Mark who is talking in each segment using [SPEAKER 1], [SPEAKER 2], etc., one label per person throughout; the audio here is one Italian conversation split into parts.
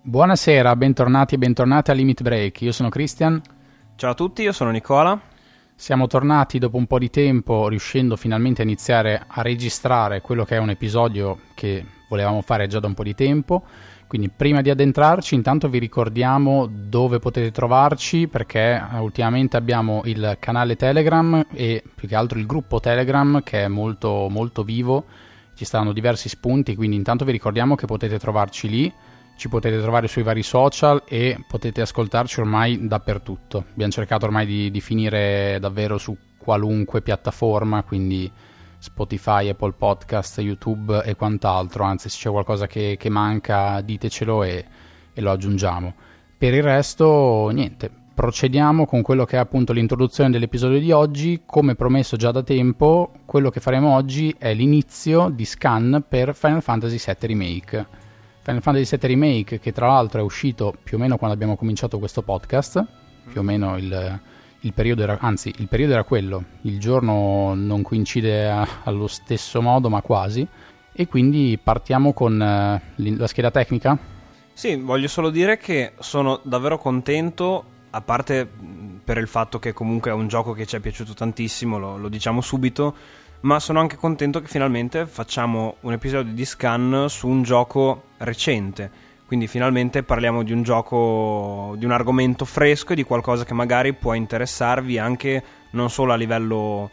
[SPEAKER 1] Buonasera, bentornati e bentornate a Limit Break. Io sono Christian.
[SPEAKER 2] Ciao a tutti, io sono Nicola.
[SPEAKER 1] Siamo tornati dopo un po' di tempo, riuscendo finalmente a iniziare a registrare quello che è un episodio che volevamo fare già da un po' di tempo. Quindi prima di addentrarci, intanto vi ricordiamo dove potete trovarci, perché ultimamente abbiamo il canale Telegram e più che altro il gruppo Telegram che è molto molto vivo. Ci stanno diversi spunti, quindi intanto vi ricordiamo che potete trovarci lì. Ci potete trovare sui vari social e potete ascoltarci ormai dappertutto. Abbiamo cercato ormai di finire davvero su qualunque piattaforma, quindi Spotify, Apple Podcast, YouTube e quant'altro. Anzi, se c'è qualcosa che manca ditecelo e lo aggiungiamo. Per il resto niente, procediamo con quello che è appunto l'introduzione dell'episodio di oggi. Come promesso già da tempo, quello che faremo oggi è l'inizio di scan per Final Fantasy VII Remake. Final Fantasy VII Remake, che tra l'altro è uscito più o meno quando abbiamo cominciato questo podcast, più o meno il periodo era, anzi il periodo era quello, il giorno non coincide allo stesso modo ma quasi, e quindi partiamo con la scheda tecnica.
[SPEAKER 2] Sì, voglio solo dire che sono davvero contento, a parte per il fatto che comunque è un gioco che ci è piaciuto tantissimo, lo diciamo subito, ma sono anche contento che finalmente facciamo un episodio di scan su un gioco recente. Quindi finalmente parliamo di un gioco, di un argomento fresco e di qualcosa che magari può interessarvi anche non solo a livello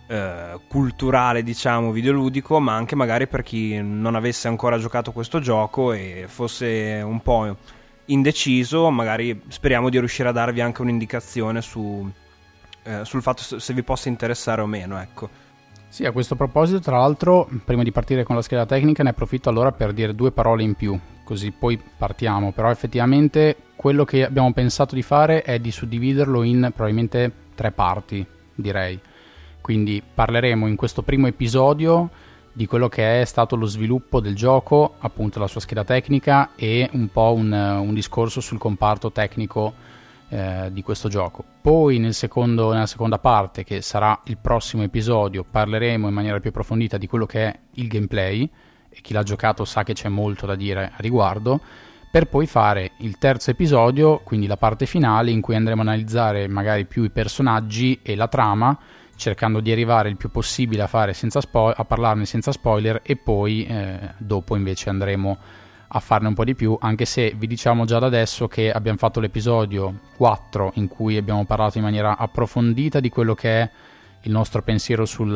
[SPEAKER 2] culturale, diciamo, videoludico, ma anche magari per chi non avesse ancora giocato questo gioco e fosse un po' indeciso. Magari speriamo di riuscire a darvi anche un'indicazione sul fatto se vi possa interessare o meno, ecco.
[SPEAKER 1] Sì, a questo proposito, tra l'altro, prima di partire con la scheda tecnica, ne approfitto allora per dire due parole in più, così poi partiamo. Però effettivamente quello che abbiamo pensato di fare è di suddividerlo in probabilmente 3 parti, direi. Quindi parleremo in questo primo episodio di quello che è stato lo sviluppo del gioco, appunto la sua scheda tecnica e un po' un discorso sul comparto tecnico di questo gioco. Poi nella seconda parte, che sarà il prossimo episodio, parleremo in maniera più approfondita di quello che è il gameplay, e chi l'ha giocato sa che c'è molto da dire a riguardo, per poi fare il terzo episodio, quindi la parte finale, in cui andremo a analizzare magari più i personaggi e la trama, cercando di arrivare il più possibile a parlarne senza spoiler, e poi dopo invece andremo a farne un po' di più, anche se vi diciamo già da adesso che abbiamo fatto l'episodio 4 in cui abbiamo parlato in maniera approfondita di quello che è il nostro pensiero sul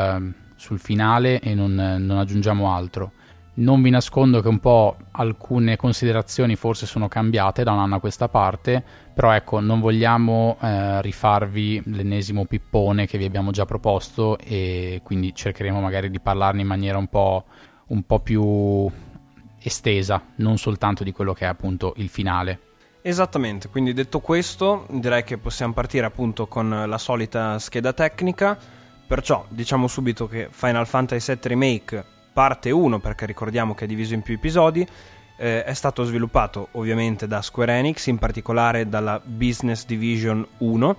[SPEAKER 1] finale e non aggiungiamo altro. Non vi nascondo che un po' alcune considerazioni forse sono cambiate da un anno a questa parte, però ecco, non vogliamo rifarvi l'ennesimo pippone che vi abbiamo già proposto, e quindi cercheremo magari di parlarne in maniera un po' più estesa, non soltanto di quello che è appunto il finale.
[SPEAKER 2] Esattamente, quindi detto questo direi che possiamo partire appunto con la solita scheda tecnica. Perciò diciamo subito che Final Fantasy VII Remake parte 1, perché ricordiamo che è diviso in più episodi, è stato sviluppato ovviamente da Square Enix, in particolare dalla Business Division 1,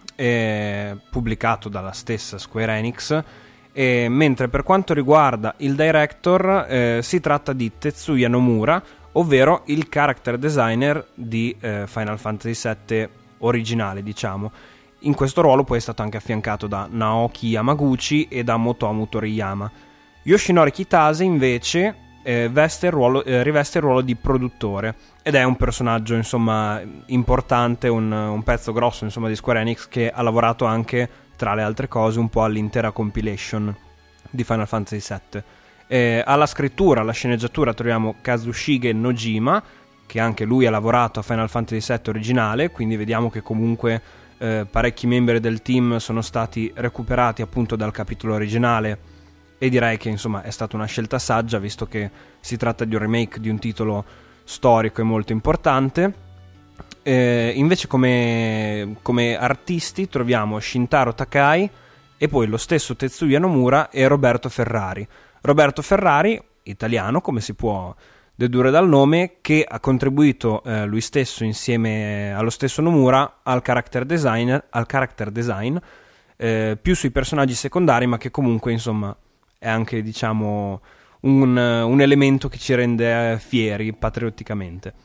[SPEAKER 2] pubblicato dalla stessa Square Enix. Mentre per quanto riguarda il director, si tratta di Tetsuya Nomura, ovvero il character designer di Final Fantasy VII originale, diciamo. In questo ruolo poi è stato anche affiancato da Naoki Yamaguchi e da Motomu Toriyama. Yoshinori Kitase invece riveste il ruolo di produttore, ed è un personaggio insomma importante, un pezzo grosso insomma di Square Enix, che ha lavorato anche, tra le altre cose, un po' all'intera compilation di Final Fantasy VII. Alla scrittura, alla sceneggiatura troviamo Kazushige Nojima, che anche lui ha lavorato a Final Fantasy VII originale, quindi vediamo che comunque parecchi membri del team sono stati recuperati appunto dal capitolo originale, e direi che insomma è stata una scelta saggia, visto che si tratta di un remake di un titolo storico e molto importante. Invece come artisti troviamo Shintaro Takai e poi lo stesso Tetsuya Nomura e Roberto Ferrari. Roberto Ferrari, italiano come si può dedurre dal nome, che ha contribuito lui stesso insieme allo stesso Nomura al character design, più sui personaggi secondari, ma che comunque insomma è anche, diciamo, un elemento che ci rende fieri patriotticamente.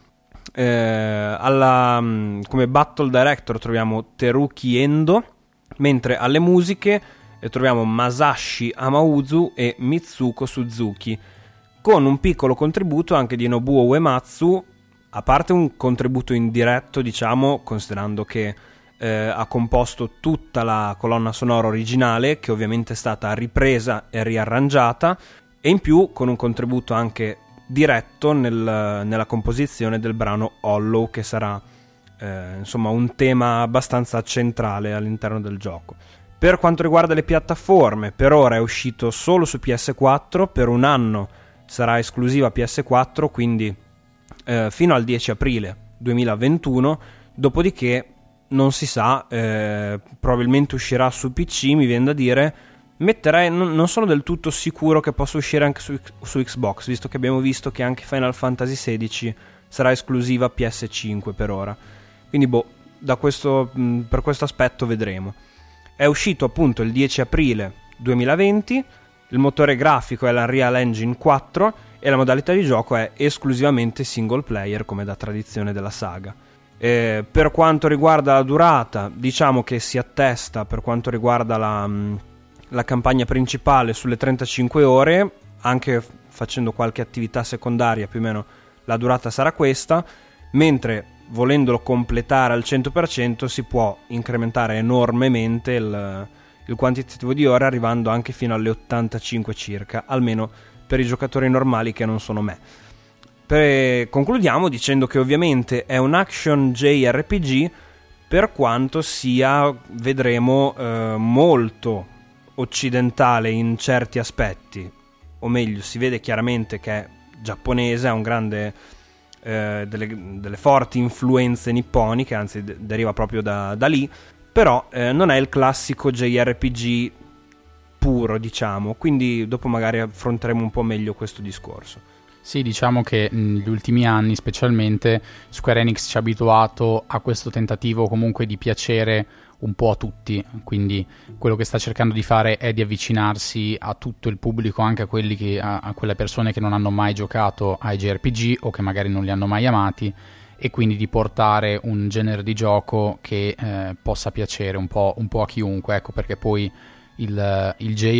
[SPEAKER 2] come Battle Director troviamo Teruki Endo, mentre alle musiche troviamo Masashi Amauzu e Mitsuko Suzuki, con un piccolo contributo anche di Nobuo Uematsu, a parte un contributo indiretto, diciamo, considerando che ha composto tutta la colonna sonora originale, che ovviamente è stata ripresa e riarrangiata, e in più con un contributo anche diretto nella composizione del brano Hollow, che sarà insomma un tema abbastanza centrale all'interno del gioco. Per quanto riguarda le piattaforme, per ora è uscito solo su PS4, per un anno sarà esclusiva PS4, quindi fino al 10 aprile 2021, dopodiché non si sa, probabilmente uscirà su PC, mi viene da dire. Non sono del tutto sicuro che possa uscire anche su Xbox, visto che abbiamo visto che anche Final Fantasy XVI sarà esclusiva PS5 per ora. Quindi per questo aspetto vedremo. È uscito appunto il 10 aprile 2020, il motore grafico è l'Unreal Engine 4 e la modalità di gioco è esclusivamente single player, come da tradizione della saga. Per quanto riguarda la durata, diciamo che si attesta, per quanto riguarda la campagna principale, sulle 35 ore, anche facendo qualche attività secondaria più o meno la durata sarà questa, mentre volendolo completare al 100% si può incrementare enormemente il quantitativo di ore, arrivando anche fino alle 85 circa, almeno per i giocatori normali che non sono me. Concludiamo dicendo che ovviamente è un action JRPG, per quanto sia, vedremo, molto occidentale in certi aspetti, o meglio, si vede chiaramente che è giapponese, ha un grande delle forti influenze nipponiche, anzi deriva proprio da lì, però non è il classico JRPG puro, diciamo, quindi dopo magari affronteremo un po' meglio questo discorso.
[SPEAKER 1] Sì, diciamo che negli ultimi anni specialmente Square Enix ci ha abituato a questo tentativo comunque di piacere un po' a tutti, quindi quello che sta cercando di fare è di avvicinarsi a tutto il pubblico, anche a quelle persone che non hanno mai giocato ai JRPG o che magari non li hanno mai amati, e quindi di portare un genere di gioco che possa piacere un po' a chiunque, ecco, perché poi il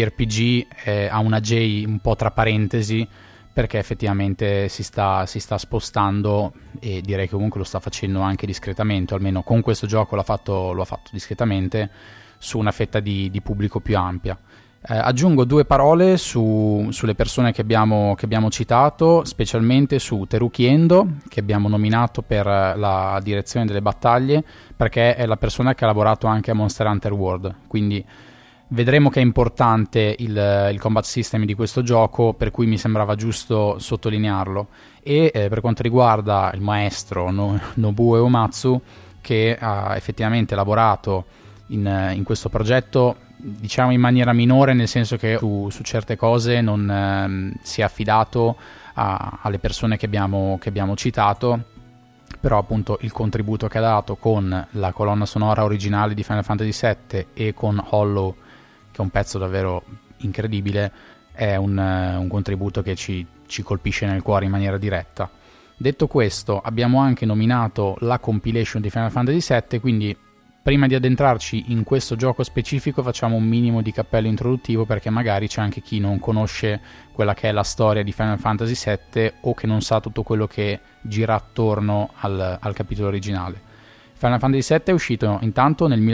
[SPEAKER 1] JRPG ha una J un po' tra parentesi, perché effettivamente si sta spostando, e direi che comunque lo sta facendo anche discretamente, o almeno con questo gioco lo ha fatto discretamente, su una fetta di pubblico più ampia. Aggiungo due parole sulle persone che abbiamo citato, specialmente su Teruki Endo, che abbiamo nominato per la direzione delle battaglie, perché è la persona che ha lavorato anche a Monster Hunter World, quindi vedremo che è importante il combat system di questo gioco, per cui mi sembrava giusto sottolinearlo. E per quanto riguarda il maestro Nobuo Uematsu, che ha effettivamente lavorato in questo progetto, diciamo in maniera minore, nel senso che su certe cose non si è affidato alle persone che abbiamo citato, però appunto il contributo che ha dato con la colonna sonora originale di Final Fantasy VII e con Hollow, che è un pezzo davvero incredibile, è un contributo che ci colpisce nel cuore in maniera diretta. Detto questo, abbiamo anche nominato la compilation di Final Fantasy VII, quindi prima di addentrarci in questo gioco specifico facciamo un minimo di cappello introduttivo, perché magari c'è anche chi non conosce quella che è la storia di Final Fantasy VII o che non sa tutto quello che gira attorno al capitolo originale. Final Fantasy VII è uscito intanto nel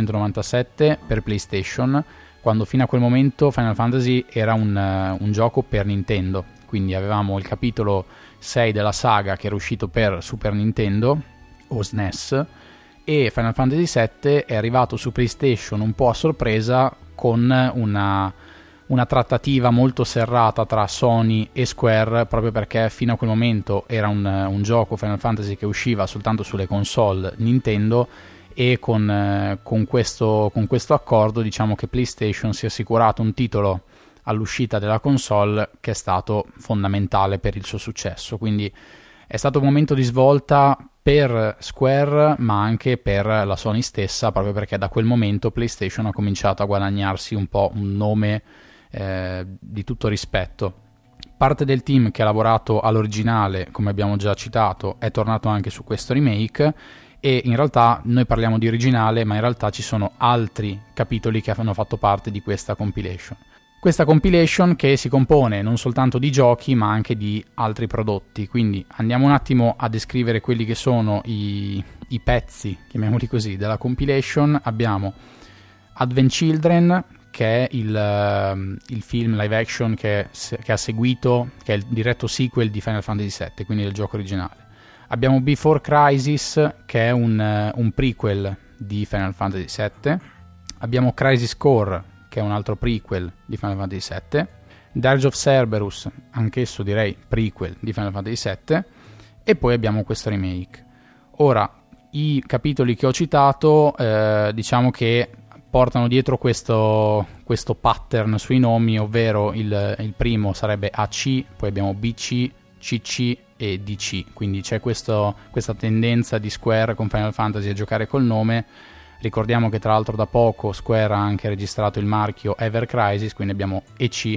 [SPEAKER 1] 1997 per PlayStation, quando fino a quel momento Final Fantasy era un gioco per Nintendo, quindi avevamo il capitolo 6 della saga che era uscito per Super Nintendo o SNES, e Final Fantasy VII è arrivato su PlayStation un po' a sorpresa, con una trattativa molto serrata tra Sony e Square, proprio perché fino a quel momento era un gioco Final Fantasy che usciva soltanto sulle console Nintendo, e con questo accordo diciamo che PlayStation si è assicurato un titolo all'uscita della console che è stato fondamentale per il suo successo. Quindi è stato un momento di svolta per Square, ma anche per la Sony stessa, proprio perché da quel momento PlayStation ha cominciato a guadagnarsi un po' un nome di tutto rispetto. parte del team che ha lavorato all'originale, come abbiamo già citato, è tornato anche su questo remake, e in realtà noi parliamo di originale, ma in realtà ci sono altri capitoli che hanno fatto parte di questa compilation. Questa compilation che si compone non soltanto di giochi ma anche di altri prodotti, quindi andiamo un attimo a descrivere quelli che sono i pezzi, chiamiamoli così, della compilation. Abbiamo Advent Children, che è il film live action che ha seguito, che è il diretto sequel di Final Fantasy VII, quindi del gioco originale. Abbiamo Before Crisis, che è un prequel di Final Fantasy VII. Abbiamo Crisis Core, che è un altro prequel di Final Fantasy VII, Dirge of Cerberus, anch'esso direi prequel di Final Fantasy VII, e poi abbiamo questo remake. Ora, i capitoli che ho citato, diciamo che portano dietro questo pattern sui nomi, ovvero il primo sarebbe AC, poi abbiamo BC, CC e DC, quindi c'è questa tendenza di Square con Final Fantasy a giocare col nome. Ricordiamo che tra l'altro da poco Square ha anche registrato il marchio Ever Crisis, quindi abbiamo EC,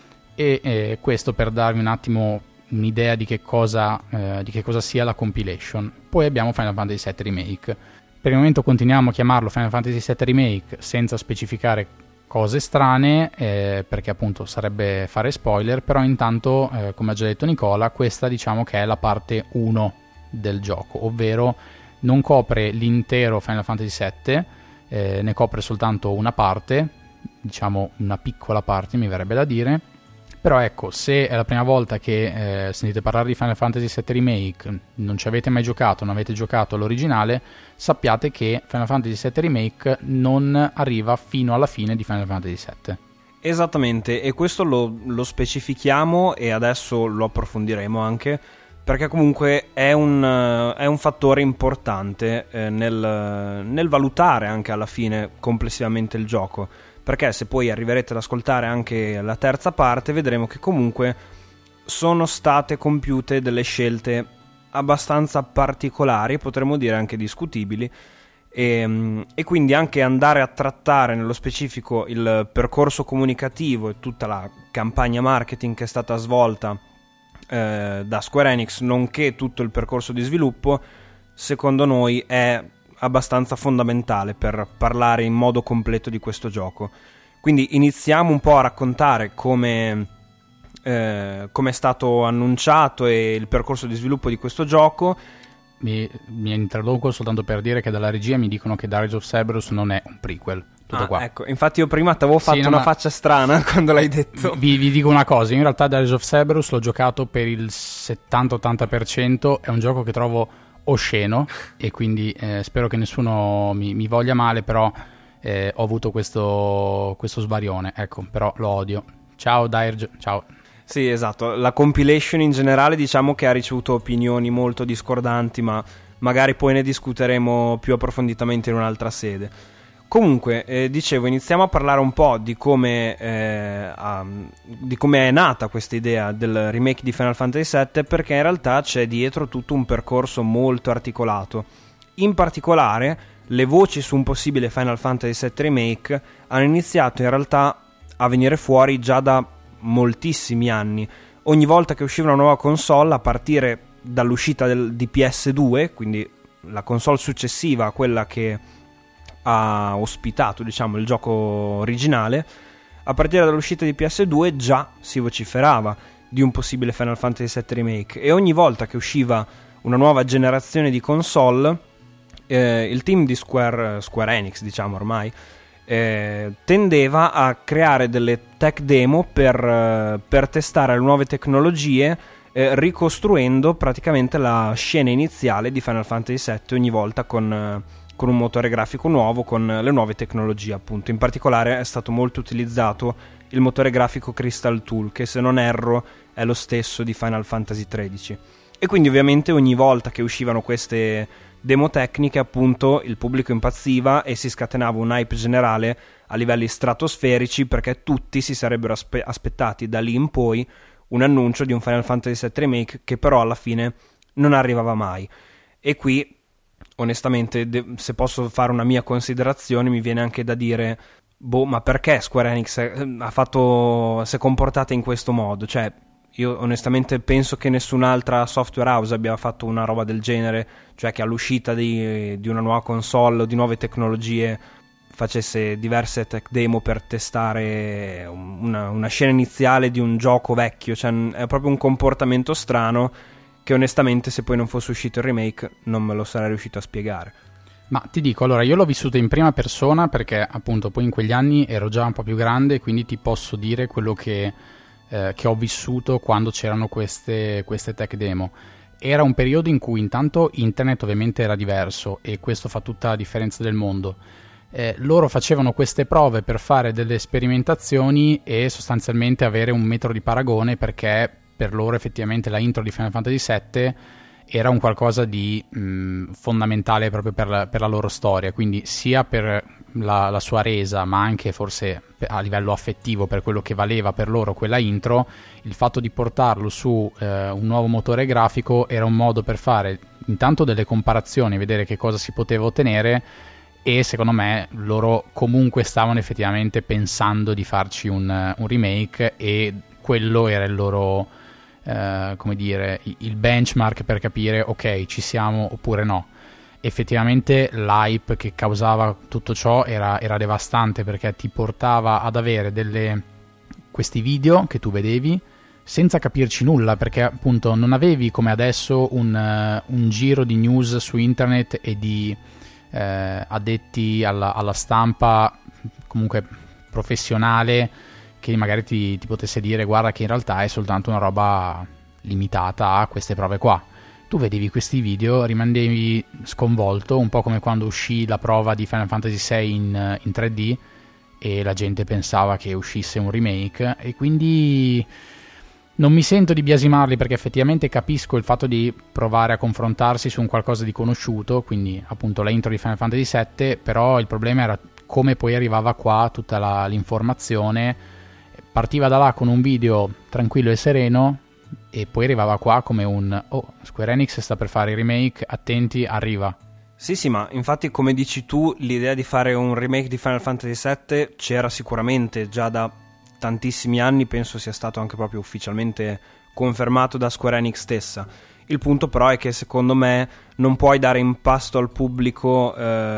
[SPEAKER 1] e questo per darvi un attimo un'idea di che cosa sia la compilation. Poi abbiamo Final Fantasy VII Remake. Per il momento continuiamo a chiamarlo Final Fantasy VII Remake senza specificare cose strane, perché appunto sarebbe fare spoiler, però intanto, come ha già detto Nicola, questa diciamo che è la parte 1 del gioco, ovvero non copre l'intero Final Fantasy VII, ne copre soltanto una parte, diciamo una piccola parte mi verrebbe da dire. Però ecco, se è la prima volta che sentite parlare di Final Fantasy VII Remake, non ci avete mai giocato, non avete giocato all'originale, sappiate che Final Fantasy VII Remake non arriva fino alla fine di Final Fantasy VII.
[SPEAKER 2] Esattamente, e questo lo specifichiamo e adesso lo approfondiremo anche, perché comunque è un fattore importante nel valutare anche alla fine complessivamente il gioco, perché se poi arriverete ad ascoltare anche la terza parte vedremo che comunque sono state compiute delle scelte abbastanza particolari, potremmo dire anche discutibili, e quindi anche andare a trattare nello specifico il percorso comunicativo e tutta la campagna marketing che è stata svolta da Square Enix, nonché tutto il percorso di sviluppo, secondo noi è abbastanza fondamentale per parlare in modo completo di questo gioco. Quindi iniziamo un po' a raccontare come è stato annunciato e il percorso di sviluppo di questo gioco.
[SPEAKER 1] Mi introduco soltanto per dire che dalla regia mi dicono che Dirge of Cerberus non è un prequel. Tutto qua.
[SPEAKER 2] Ecco, infatti io prima ti avevo fatto una faccia strana quando l'hai detto.
[SPEAKER 1] Vi dico una cosa, in realtà Dirge of Cerberus l'ho giocato per il 70-80%, è un gioco che trovo osceno e quindi spero che nessuno mi voglia male, però ho avuto questo svarione, ecco, però lo odio. Ciao Dirge, ciao.
[SPEAKER 2] Sì, esatto, la compilation in generale diciamo che ha ricevuto opinioni molto discordanti, ma magari poi ne discuteremo più approfonditamente in un'altra sede. Comunque, dicevo, iniziamo a parlare un po' di come è nata questa idea del remake di Final Fantasy VII, perché in realtà c'è dietro tutto un percorso molto articolato. In particolare, le voci su un possibile Final Fantasy VII Remake hanno iniziato in realtà a venire fuori già da moltissimi anni. Ogni volta che usciva una nuova console, a partire dall'uscita di PS2, quindi la console successiva a quella che ha ospitato, diciamo, il gioco originale, a partire dall'uscita di PS2 già si vociferava di un possibile Final Fantasy VII Remake, e ogni volta che usciva una nuova generazione di console, il team di Square Enix, diciamo ormai, tendeva a creare delle tech demo per testare le nuove tecnologie, ricostruendo praticamente la scena iniziale di Final Fantasy VII ogni volta con un motore grafico nuovo, con le nuove tecnologie appunto. In particolare è stato molto utilizzato il motore grafico Crystal Tool, che se non erro è lo stesso di Final Fantasy XIII, e quindi ovviamente ogni volta che uscivano queste demo tecniche appunto il pubblico impazziva e si scatenava un hype generale a livelli stratosferici, perché tutti si sarebbero aspettati da lì in poi un annuncio di un Final Fantasy VII Remake, che però alla fine non arrivava mai. E qui onestamente, se posso fare una mia considerazione, mi viene anche da dire ma perché Square Enix si è comportata in questo modo? Cioè, Io onestamente penso che nessun'altra software house abbia fatto una roba del genere, cioè che all'uscita di una nuova console o di nuove tecnologie facesse diverse tech demo per testare una scena iniziale di un gioco vecchio. Cioè è proprio un comportamento strano che onestamente, se poi non fosse uscito il remake, non me lo sarei riuscito a spiegare.
[SPEAKER 1] Ma ti dico, allora, io l'ho vissuto in prima persona perché appunto poi in quegli anni ero già un po' più grande, quindi ti posso dire quello che ho vissuto quando c'erano queste tech demo. Era un periodo in cui intanto internet ovviamente era diverso, e questo fa tutta la differenza del mondo. Loro facevano queste prove per fare delle sperimentazioni e sostanzialmente avere un metro di paragone, perché per loro effettivamente la intro di Final Fantasy VII era un qualcosa di fondamentale proprio per la loro storia, quindi sia per la sua resa, ma anche forse a livello affettivo per quello che valeva per loro quella intro. Il fatto di portarlo su un nuovo motore grafico era un modo per fare intanto delle comparazioni, vedere che cosa si poteva ottenere, e secondo me loro comunque stavano effettivamente pensando di farci un remake, e quello era il loro come dire, il benchmark per capire ok, ci siamo oppure no. Effettivamente l'hype che causava tutto ciò era devastante, perché ti portava ad avere questi video che tu vedevi senza capirci nulla, perché appunto non avevi come adesso un giro di news su internet e di addetti alla stampa comunque professionale che magari ti potesse dire guarda che in realtà è soltanto una roba limitata a queste prove qua. Tu vedevi questi video, rimanevi sconvolto, un po' come quando uscì la prova di Final Fantasy VI in 3D e la gente pensava che uscisse un remake, e quindi non mi sento di biasimarli, perché effettivamente capisco il fatto di provare a confrontarsi su un qualcosa di conosciuto, quindi appunto la intro di Final Fantasy VII, però il problema era come poi arrivava qua tutta l'informazione. Partiva da là con un video tranquillo e sereno, e poi arrivava qua come Square Enix sta per fare il remake, attenti, arriva.
[SPEAKER 2] Sì, ma infatti, come dici tu, l'idea di fare un remake di Final Fantasy VII c'era sicuramente già da tantissimi anni, penso sia stato anche proprio ufficialmente confermato da Square Enix stessa. Il punto però è che secondo me non puoi dare in pasto al pubblico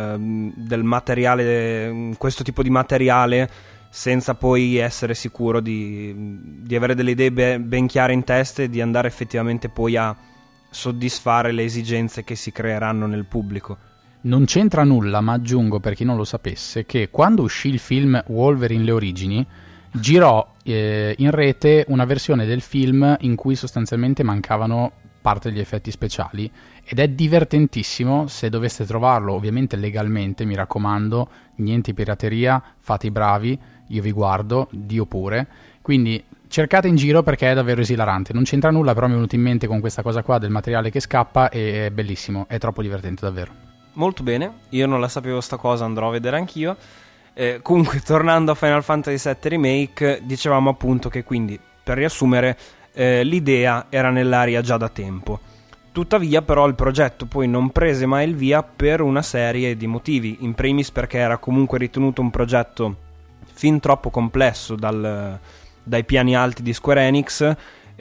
[SPEAKER 2] del materiale, questo tipo di materiale, senza poi essere sicuro di avere delle idee ben chiare in testa e di andare effettivamente poi a soddisfare le esigenze che si creeranno nel pubblico.
[SPEAKER 1] Non c'entra nulla, ma aggiungo, per chi non lo sapesse, che quando uscì il film Wolverine le origini girò in rete una versione del film in cui sostanzialmente mancavano parte degli effetti speciali, ed è divertentissimo. Se doveste trovarlo, ovviamente legalmente, mi raccomando, niente pirateria, fate i bravi, io vi guardo, Dio pure, quindi cercate in giro perché è davvero esilarante. Non c'entra nulla, però mi è venuto in mente con questa cosa qua del materiale che scappa, e è bellissimo, è troppo divertente davvero.
[SPEAKER 2] Molto bene, io non la sapevo sta cosa, andrò a vedere anch'io. Comunque, tornando a Final Fantasy VII Remake, dicevamo appunto che, quindi, per riassumere, l'idea era nell'aria già da tempo. Tuttavia però il progetto poi non prese mai il via per una serie di motivi, in primis perché era comunque ritenuto un progetto fin troppo complesso dai piani alti di Square Enix.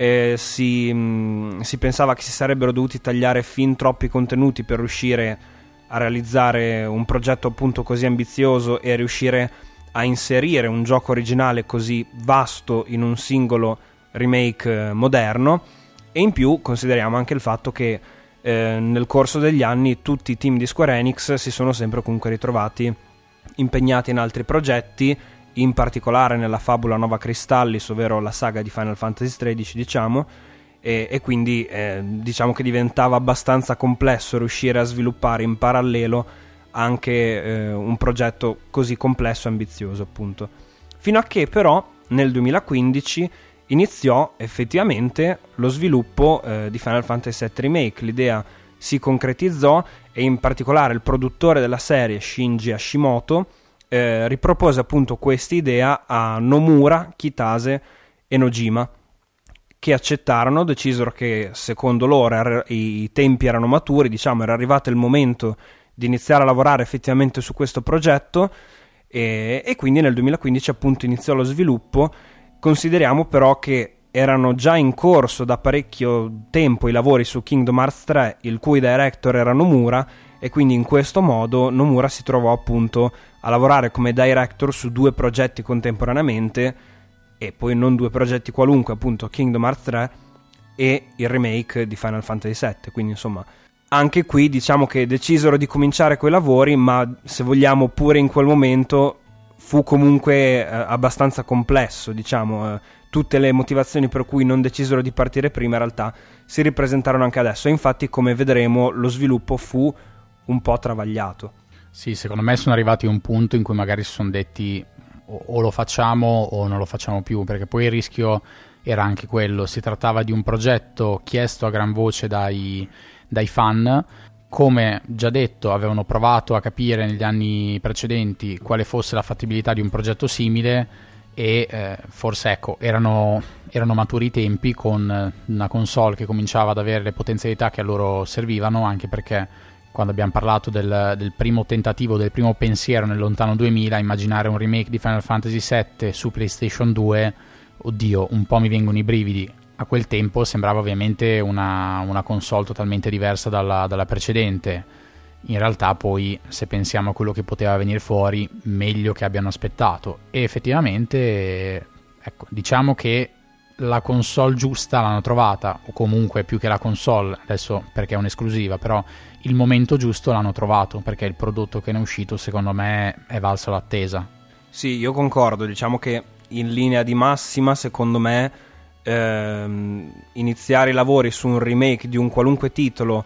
[SPEAKER 2] Si pensava che si sarebbero dovuti tagliare fin troppi contenuti per riuscire a realizzare un progetto appunto così ambizioso e riuscire a inserire un gioco originale così vasto in un singolo remake moderno. E in più consideriamo anche il fatto che nel corso degli anni tutti i team di Square Enix si sono sempre comunque ritrovati impegnati in altri progetti, in particolare nella fabula Nova Crystallis, ovvero la saga di Final Fantasy XIII, diciamo, e quindi diciamo che diventava abbastanza complesso riuscire a sviluppare in parallelo anche un progetto così complesso e ambizioso, appunto. Fino a che però nel 2015 iniziò effettivamente lo sviluppo di Final Fantasy VII Remake. L'idea si concretizzò e in particolare il produttore della serie, Shinji Hashimoto, ripropose appunto questa idea a Nomura, Kitase e Nojima, che accettarono, decisero che secondo loro i tempi erano maturi, diciamo era arrivato il momento di iniziare a lavorare effettivamente su questo progetto, e quindi nel 2015 appunto iniziò lo sviluppo. Consideriamo però che erano già in corso da parecchio tempo i lavori su Kingdom Hearts 3, il cui director era Nomura, e quindi in questo modo Nomura si trovò appunto a lavorare come director su 2 progetti contemporaneamente, e poi non 2 progetti qualunque, appunto Kingdom Hearts 3 e il remake di Final Fantasy VII. Quindi insomma anche qui diciamo che decisero di cominciare quei lavori, ma se vogliamo pure in quel momento fu comunque abbastanza complesso, diciamo. Tutte le motivazioni per cui non decisero di partire prima in realtà si ripresentarono anche adesso, e infatti come vedremo lo sviluppo fu un po' travagliato.
[SPEAKER 1] Sì, secondo me sono arrivati a un punto in cui magari si sono detti o lo facciamo o non lo facciamo più, perché poi il rischio era anche quello. Si trattava di un progetto chiesto a gran voce dai fan. Come già detto, avevano provato a capire negli anni precedenti quale fosse la fattibilità di un progetto simile, e forse ecco erano maturi i tempi, con una console che cominciava ad avere le potenzialità che a loro servivano, anche perché quando abbiamo parlato del primo tentativo, del primo pensiero nel lontano 2000, immaginare un remake di Final Fantasy VII su PlayStation 2, oddio, un po' mi vengono i brividi. A quel tempo sembrava ovviamente una console totalmente diversa dalla precedente. In realtà poi, se pensiamo a quello che poteva venire fuori, meglio che abbiano aspettato. E effettivamente, ecco, diciamo che la console giusta l'hanno trovata, o comunque più che la console, adesso perché è un'esclusiva, però il momento giusto l'hanno trovato, perché il prodotto che ne è uscito secondo me è valso l'attesa.
[SPEAKER 2] Sì, io concordo, diciamo che in linea di massima secondo me iniziare i lavori su un remake di un qualunque titolo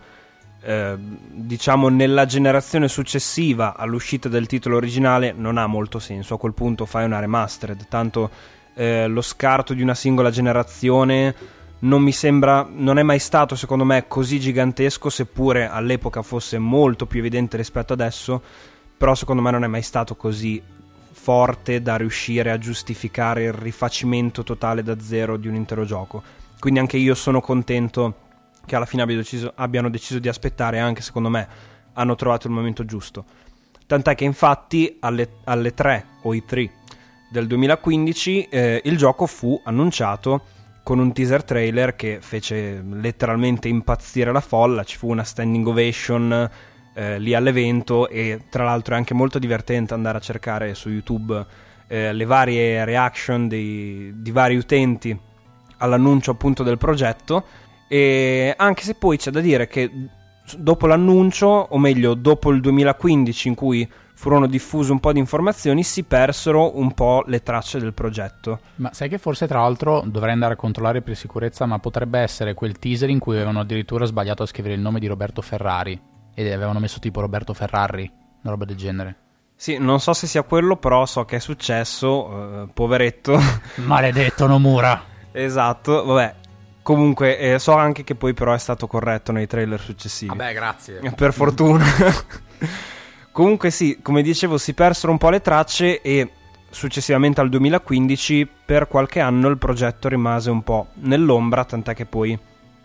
[SPEAKER 2] diciamo nella generazione successiva all'uscita del titolo originale non ha molto senso. A quel punto fai una remastered, tanto lo scarto di una singola generazione non è mai stato secondo me così gigantesco, seppure all'epoca fosse molto più evidente rispetto adesso, però secondo me non è mai stato così forte da riuscire a giustificare il rifacimento totale da zero di un intero gioco. Quindi anche io sono contento che alla fine abbiano deciso di aspettare, anche secondo me hanno trovato il momento giusto. Tant'è che infatti alle 3 o i 3 del 2015 il gioco fu annunciato con un teaser trailer che fece letteralmente impazzire la folla. Ci fu una standing ovation lì all'evento, e tra l'altro è anche molto divertente andare a cercare su YouTube le varie reaction di vari utenti all'annuncio appunto del progetto. E anche se poi c'è da dire che dopo l'annuncio, o meglio dopo il 2015 in cui furono diffuse un po' di informazioni, si persero un po' le tracce del progetto.
[SPEAKER 1] Ma sai che forse tra l'altro dovrei andare a controllare per sicurezza, ma potrebbe essere quel teaser in cui avevano addirittura sbagliato a scrivere il nome di Roberto Ferrari ed avevano messo tipo Roberto Ferrari, una roba del genere.
[SPEAKER 2] Sì, non so se sia quello, però so che è successo, poveretto.
[SPEAKER 1] Maledetto Nomura.
[SPEAKER 2] Esatto, vabbè. Comunque so anche che poi però è stato corretto nei trailer successivi.
[SPEAKER 1] Vabbè, grazie.
[SPEAKER 2] Per fortuna. Comunque sì, come dicevo, si persero un po' le tracce, e successivamente al 2015 per qualche anno il progetto rimase un po' nell'ombra, tant'è che poi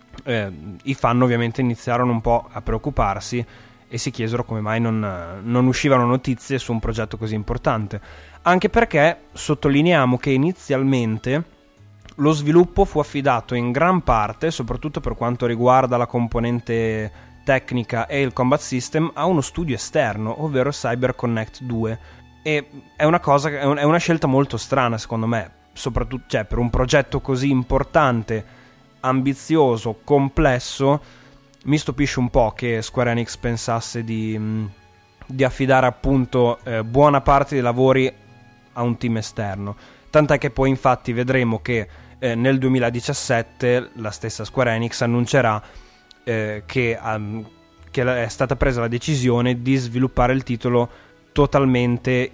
[SPEAKER 2] i fan ovviamente iniziarono un po' a preoccuparsi e si chiesero come mai non uscivano notizie su un progetto così importante. Anche perché sottolineiamo che inizialmente lo sviluppo fu affidato in gran parte, soprattutto per quanto riguarda la componente tecnica e il combat system, a uno studio esterno, ovvero CyberConnect 2. E è una scelta molto strana secondo me, soprattutto per un progetto così importante, ambizioso, complesso. Mi stupisce un po' che Square Enix pensasse di affidare appunto buona parte dei lavori a un team esterno. Tant'è che poi infatti vedremo che nel 2017 la stessa Square Enix annuncerà che è stata presa la decisione di sviluppare il titolo totalmente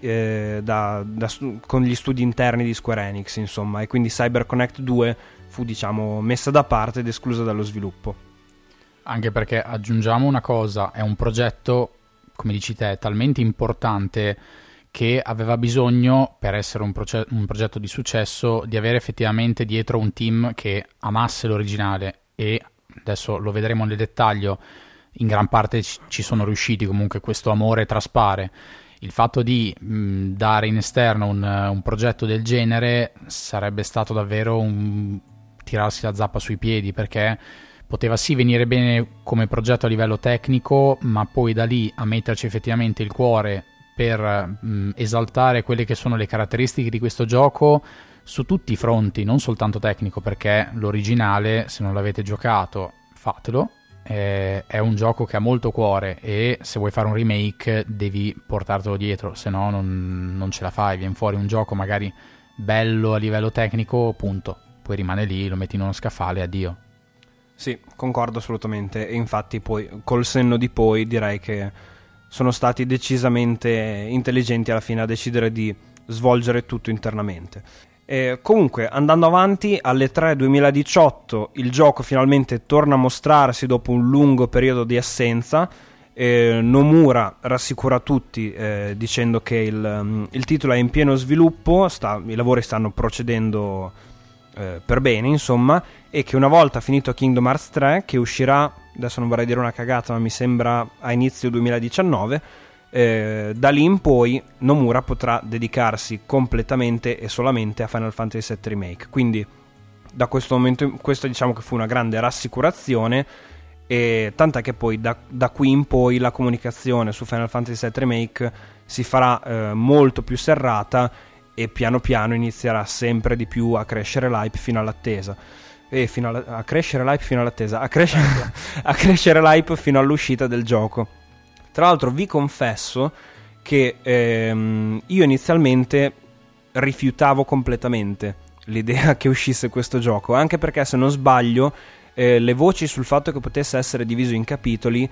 [SPEAKER 2] con gli studi interni di Square Enix, insomma, e quindi CyberConnect 2 fu diciamo messa da parte ed esclusa dallo sviluppo.
[SPEAKER 1] Anche perché, aggiungiamo una cosa, è un progetto, come dici te, talmente importante che aveva bisogno, per essere un progetto di successo, di avere effettivamente dietro un team che amasse l'originale, e adesso lo vedremo nel dettaglio, in gran parte ci sono riusciti. Comunque questo amore traspare. Il fatto di dare in esterno un progetto del genere sarebbe stato davvero tirarsi la zappa sui piedi, perché poteva sì venire bene come progetto a livello tecnico, ma poi da lì a metterci effettivamente il cuore per esaltare quelle che sono le caratteristiche di questo gioco su tutti i fronti, non soltanto tecnico, perché l'originale, se non l'avete giocato, fatelo. È un gioco che ha molto cuore e se vuoi fare un remake devi portartelo dietro, se no non ce la fai. Viene fuori un gioco magari bello a livello tecnico, punto, poi rimane lì, lo metti in uno scaffale e addio.
[SPEAKER 2] Sì, concordo assolutamente, e infatti poi col senno di poi direi che sono stati decisamente intelligenti alla fine a decidere di svolgere tutto internamente. Comunque, andando avanti, alle 3 2018 il gioco finalmente torna a mostrarsi dopo un lungo periodo di assenza. Nomura rassicura tutti dicendo che il titolo è in pieno sviluppo, i lavori stanno procedendo per bene, insomma, e che una volta finito Kingdom Hearts 3, che uscirà, adesso non vorrei dire una cagata, ma mi sembra a inizio 2019, da lì in poi Nomura potrà dedicarsi completamente e solamente a Final Fantasy VII Remake. Quindi da questo momento, questo diciamo che fu una grande rassicurazione, e tant'è che poi da qui in poi la comunicazione su Final Fantasy VII Remake si farà molto più serrata, e piano piano inizierà sempre di più a crescere l'hype fino all'attesa. A crescere l'hype fino all'uscita del gioco. Tra l'altro vi confesso che io inizialmente rifiutavo completamente l'idea che uscisse questo gioco, anche perché, se non sbaglio, le voci sul fatto che potesse essere diviso in capitoli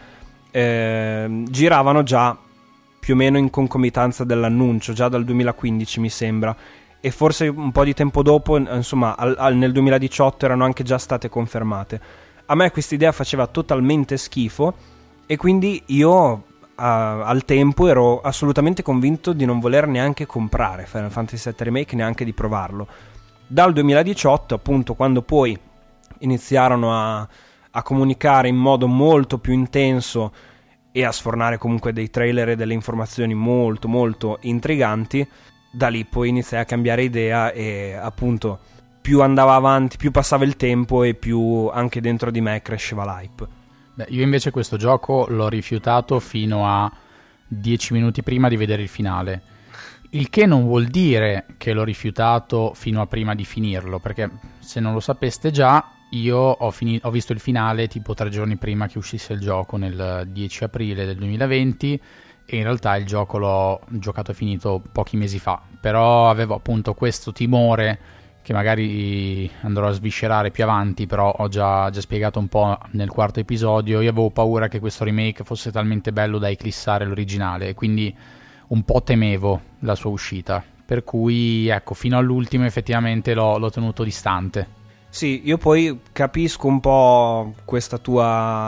[SPEAKER 2] giravano già più o meno in concomitanza dell'annuncio, già dal 2015 mi sembra, e forse un po' di tempo dopo, insomma nel 2018 erano anche già state confermate. A me questa idea faceva totalmente schifo, e quindi io al tempo ero assolutamente convinto di non voler neanche comprare Final Fantasy VII Remake, neanche di provarlo. Dal 2018, appunto, quando poi iniziarono a comunicare in modo molto più intenso e a sfornare comunque dei trailer e delle informazioni molto molto intriganti, da lì poi iniziai a cambiare idea, e appunto più andava avanti, più passava il tempo e più anche dentro di me cresceva l'hype.
[SPEAKER 1] Beh, io invece questo gioco l'ho rifiutato fino a 10 minuti prima di vedere il finale, il che non vuol dire che l'ho rifiutato fino a prima di finirlo, perché se non lo sapeste già, io ho visto il finale tipo 3 giorni prima che uscisse il gioco, nel 10 aprile del 2020, e in realtà il gioco l'ho giocato e finito pochi mesi fa, però avevo appunto questo timore che magari andrò a sviscerare più avanti, però ho già spiegato un po' nel 4º episodio. Io avevo paura che questo remake fosse talmente bello da eclissare l'originale, e quindi un po' temevo la sua uscita, per cui ecco, fino all'ultimo effettivamente l'ho tenuto distante.
[SPEAKER 2] Sì, io poi capisco un po' questo tuo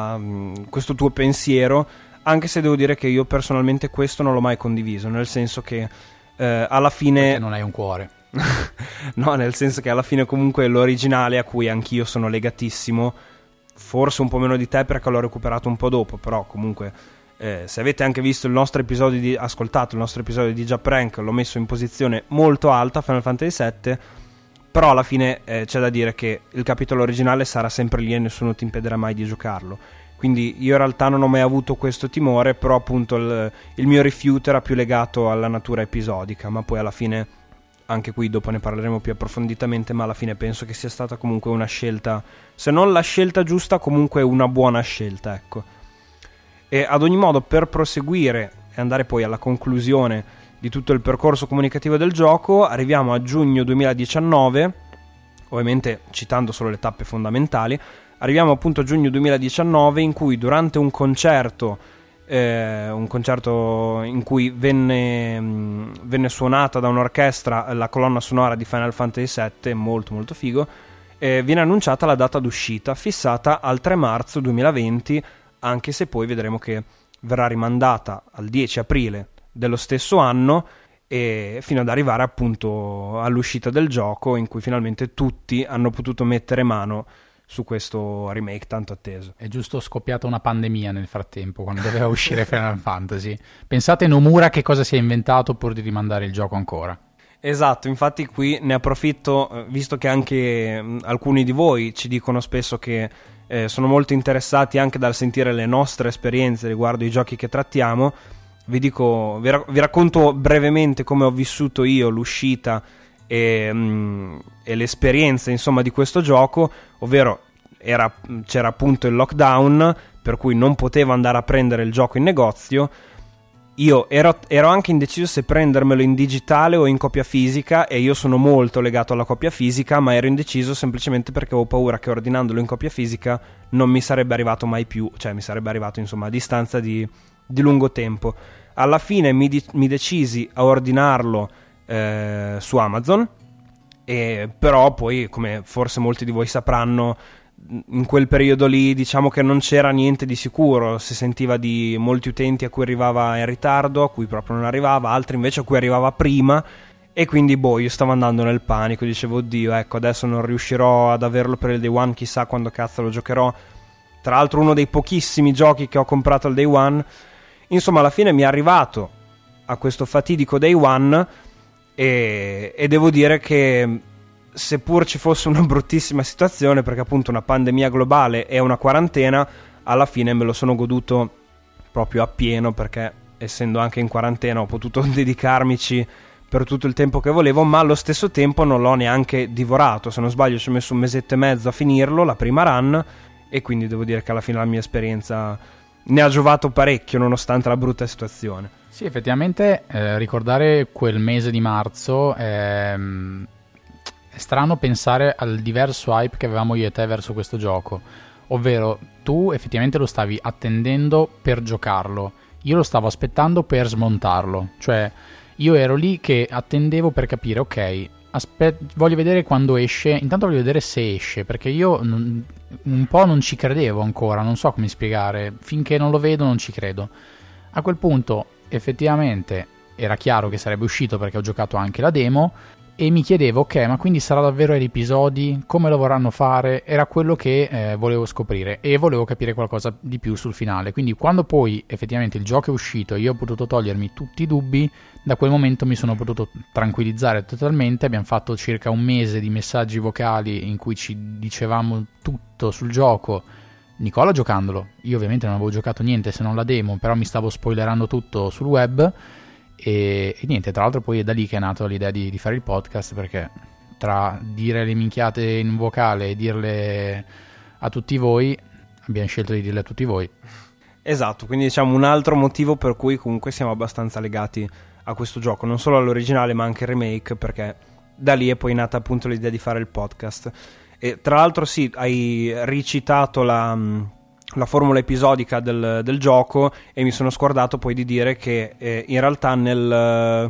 [SPEAKER 2] pensiero, anche se devo dire che io personalmente questo non l'ho mai condiviso, nel senso che alla fine...
[SPEAKER 1] Perché non hai un cuore.
[SPEAKER 2] No, nel senso che alla fine comunque l'originale, a cui anch'io sono legatissimo, forse un po' meno di te perché l'ho recuperato un po' dopo, però comunque se avete anche visto ascoltato il nostro episodio di Japrank, l'ho messo in posizione molto alta Final Fantasy VII, però alla fine c'è da dire che il capitolo originale sarà sempre lì e nessuno ti impedirà mai di giocarlo. Quindi io in realtà non ho mai avuto questo timore, però appunto il mio rifiuto era più legato alla natura episodica, ma poi alla fine, anche qui dopo ne parleremo più approfonditamente, ma alla fine penso che sia stata comunque una scelta, se non la scelta giusta, comunque una buona scelta, ecco. E ad ogni modo, per proseguire e andare poi alla conclusione di tutto il percorso comunicativo del gioco, arriviamo a giugno 2019, ovviamente citando solo le tappe fondamentali. Arriviamo appunto a giugno 2019, in cui durante un concerto in cui venne suonata da un'orchestra la colonna sonora di Final Fantasy VII, molto molto figo, viene annunciata la data d'uscita, fissata al 3 marzo 2020, anche se poi vedremo che verrà rimandata al 10 aprile dello stesso anno, e fino ad arrivare appunto all'uscita del gioco, in cui finalmente tutti hanno potuto mettere mano su questo remake tanto atteso.
[SPEAKER 1] È giusto scoppiata una pandemia nel frattempo, quando doveva uscire Final Fantasy. Pensate Nomura che cosa si è inventato pur di rimandare il gioco ancora.
[SPEAKER 2] Esatto, infatti qui ne approfitto, visto che anche alcuni di voi ci dicono spesso che sono molto interessati anche dal sentire le nostre esperienze riguardo i giochi che trattiamo. Vi racconto brevemente come ho vissuto io l'uscita e l'esperienza, insomma, di questo gioco, ovvero c'era appunto il lockdown, per cui non potevo andare a prendere il gioco in negozio. Io ero anche indeciso se prendermelo in digitale o in copia fisica, e io sono molto legato alla copia fisica, ma ero indeciso semplicemente perché avevo paura che ordinandolo in copia fisica non mi sarebbe arrivato mai più, cioè mi sarebbe arrivato, insomma, a distanza di lungo tempo. Alla fine mi decisi a ordinarlo su Amazon, però poi, come forse molti di voi sapranno, in quel periodo lì diciamo che non c'era niente di sicuro. Si sentiva di molti utenti a cui arrivava in ritardo, a cui proprio non arrivava, altri invece a cui arrivava prima, e quindi io stavo andando nel panico, dicevo oddio, ecco, adesso non riuscirò ad averlo per il day one, chissà quando cazzo lo giocherò. Tra l'altro uno dei pochissimi giochi che ho comprato al day one. Insomma, alla fine mi è arrivato a questo fatidico day one, e devo dire che, seppur ci fosse una bruttissima situazione, perché appunto una pandemia globale e una quarantena, alla fine me lo sono goduto proprio appieno, perché essendo anche in quarantena ho potuto dedicarmici per tutto il tempo che volevo, ma allo stesso tempo non l'ho neanche divorato. Se non sbaglio ci ho messo un mesetto e mezzo a finirlo, la prima run, e quindi devo dire che alla fine la mia esperienza ne ha giovato parecchio nonostante la brutta situazione.
[SPEAKER 1] Sì, effettivamente ricordare quel mese di marzo è strano pensare al diverso hype che avevamo io e te verso questo gioco, ovvero tu effettivamente lo stavi attendendo per giocarlo, io lo stavo aspettando per smontarlo, cioè io ero lì che attendevo per capire, ok, voglio vedere quando esce, intanto voglio vedere se esce, perché io un po' non ci credevo ancora, non so come spiegare, finché non lo vedo non ci credo. A quel punto effettivamente era chiaro che sarebbe uscito perché ho giocato anche la demo, e mi chiedevo, ok, ma quindi sarà davvero agli episodi? Come lo vorranno fare? Era quello che volevo scoprire, e volevo capire qualcosa di più sul finale. Quindi quando poi effettivamente il gioco è uscito e io ho potuto togliermi tutti i dubbi, da quel momento mi sono potuto tranquillizzare totalmente. Abbiamo fatto circa un mese di messaggi vocali in cui ci dicevamo tutto sul gioco, Nicola giocandolo, io ovviamente non avevo giocato niente se non la demo, però mi stavo spoilerando tutto sul web. E niente, tra l'altro poi è da lì che è nata l'idea di fare il podcast, perché tra dire le minchiate in vocale e dirle a tutti voi, abbiamo scelto di dirle a tutti voi.
[SPEAKER 2] Esatto, quindi diciamo un altro motivo per cui comunque siamo abbastanza legati a questo gioco, non solo all'originale ma anche al remake, perché da lì è poi nata appunto l'idea di fare il podcast. E tra l'altro sì, hai ricitato la formula episodica del gioco, e mi sono scordato poi di dire che in realtà nel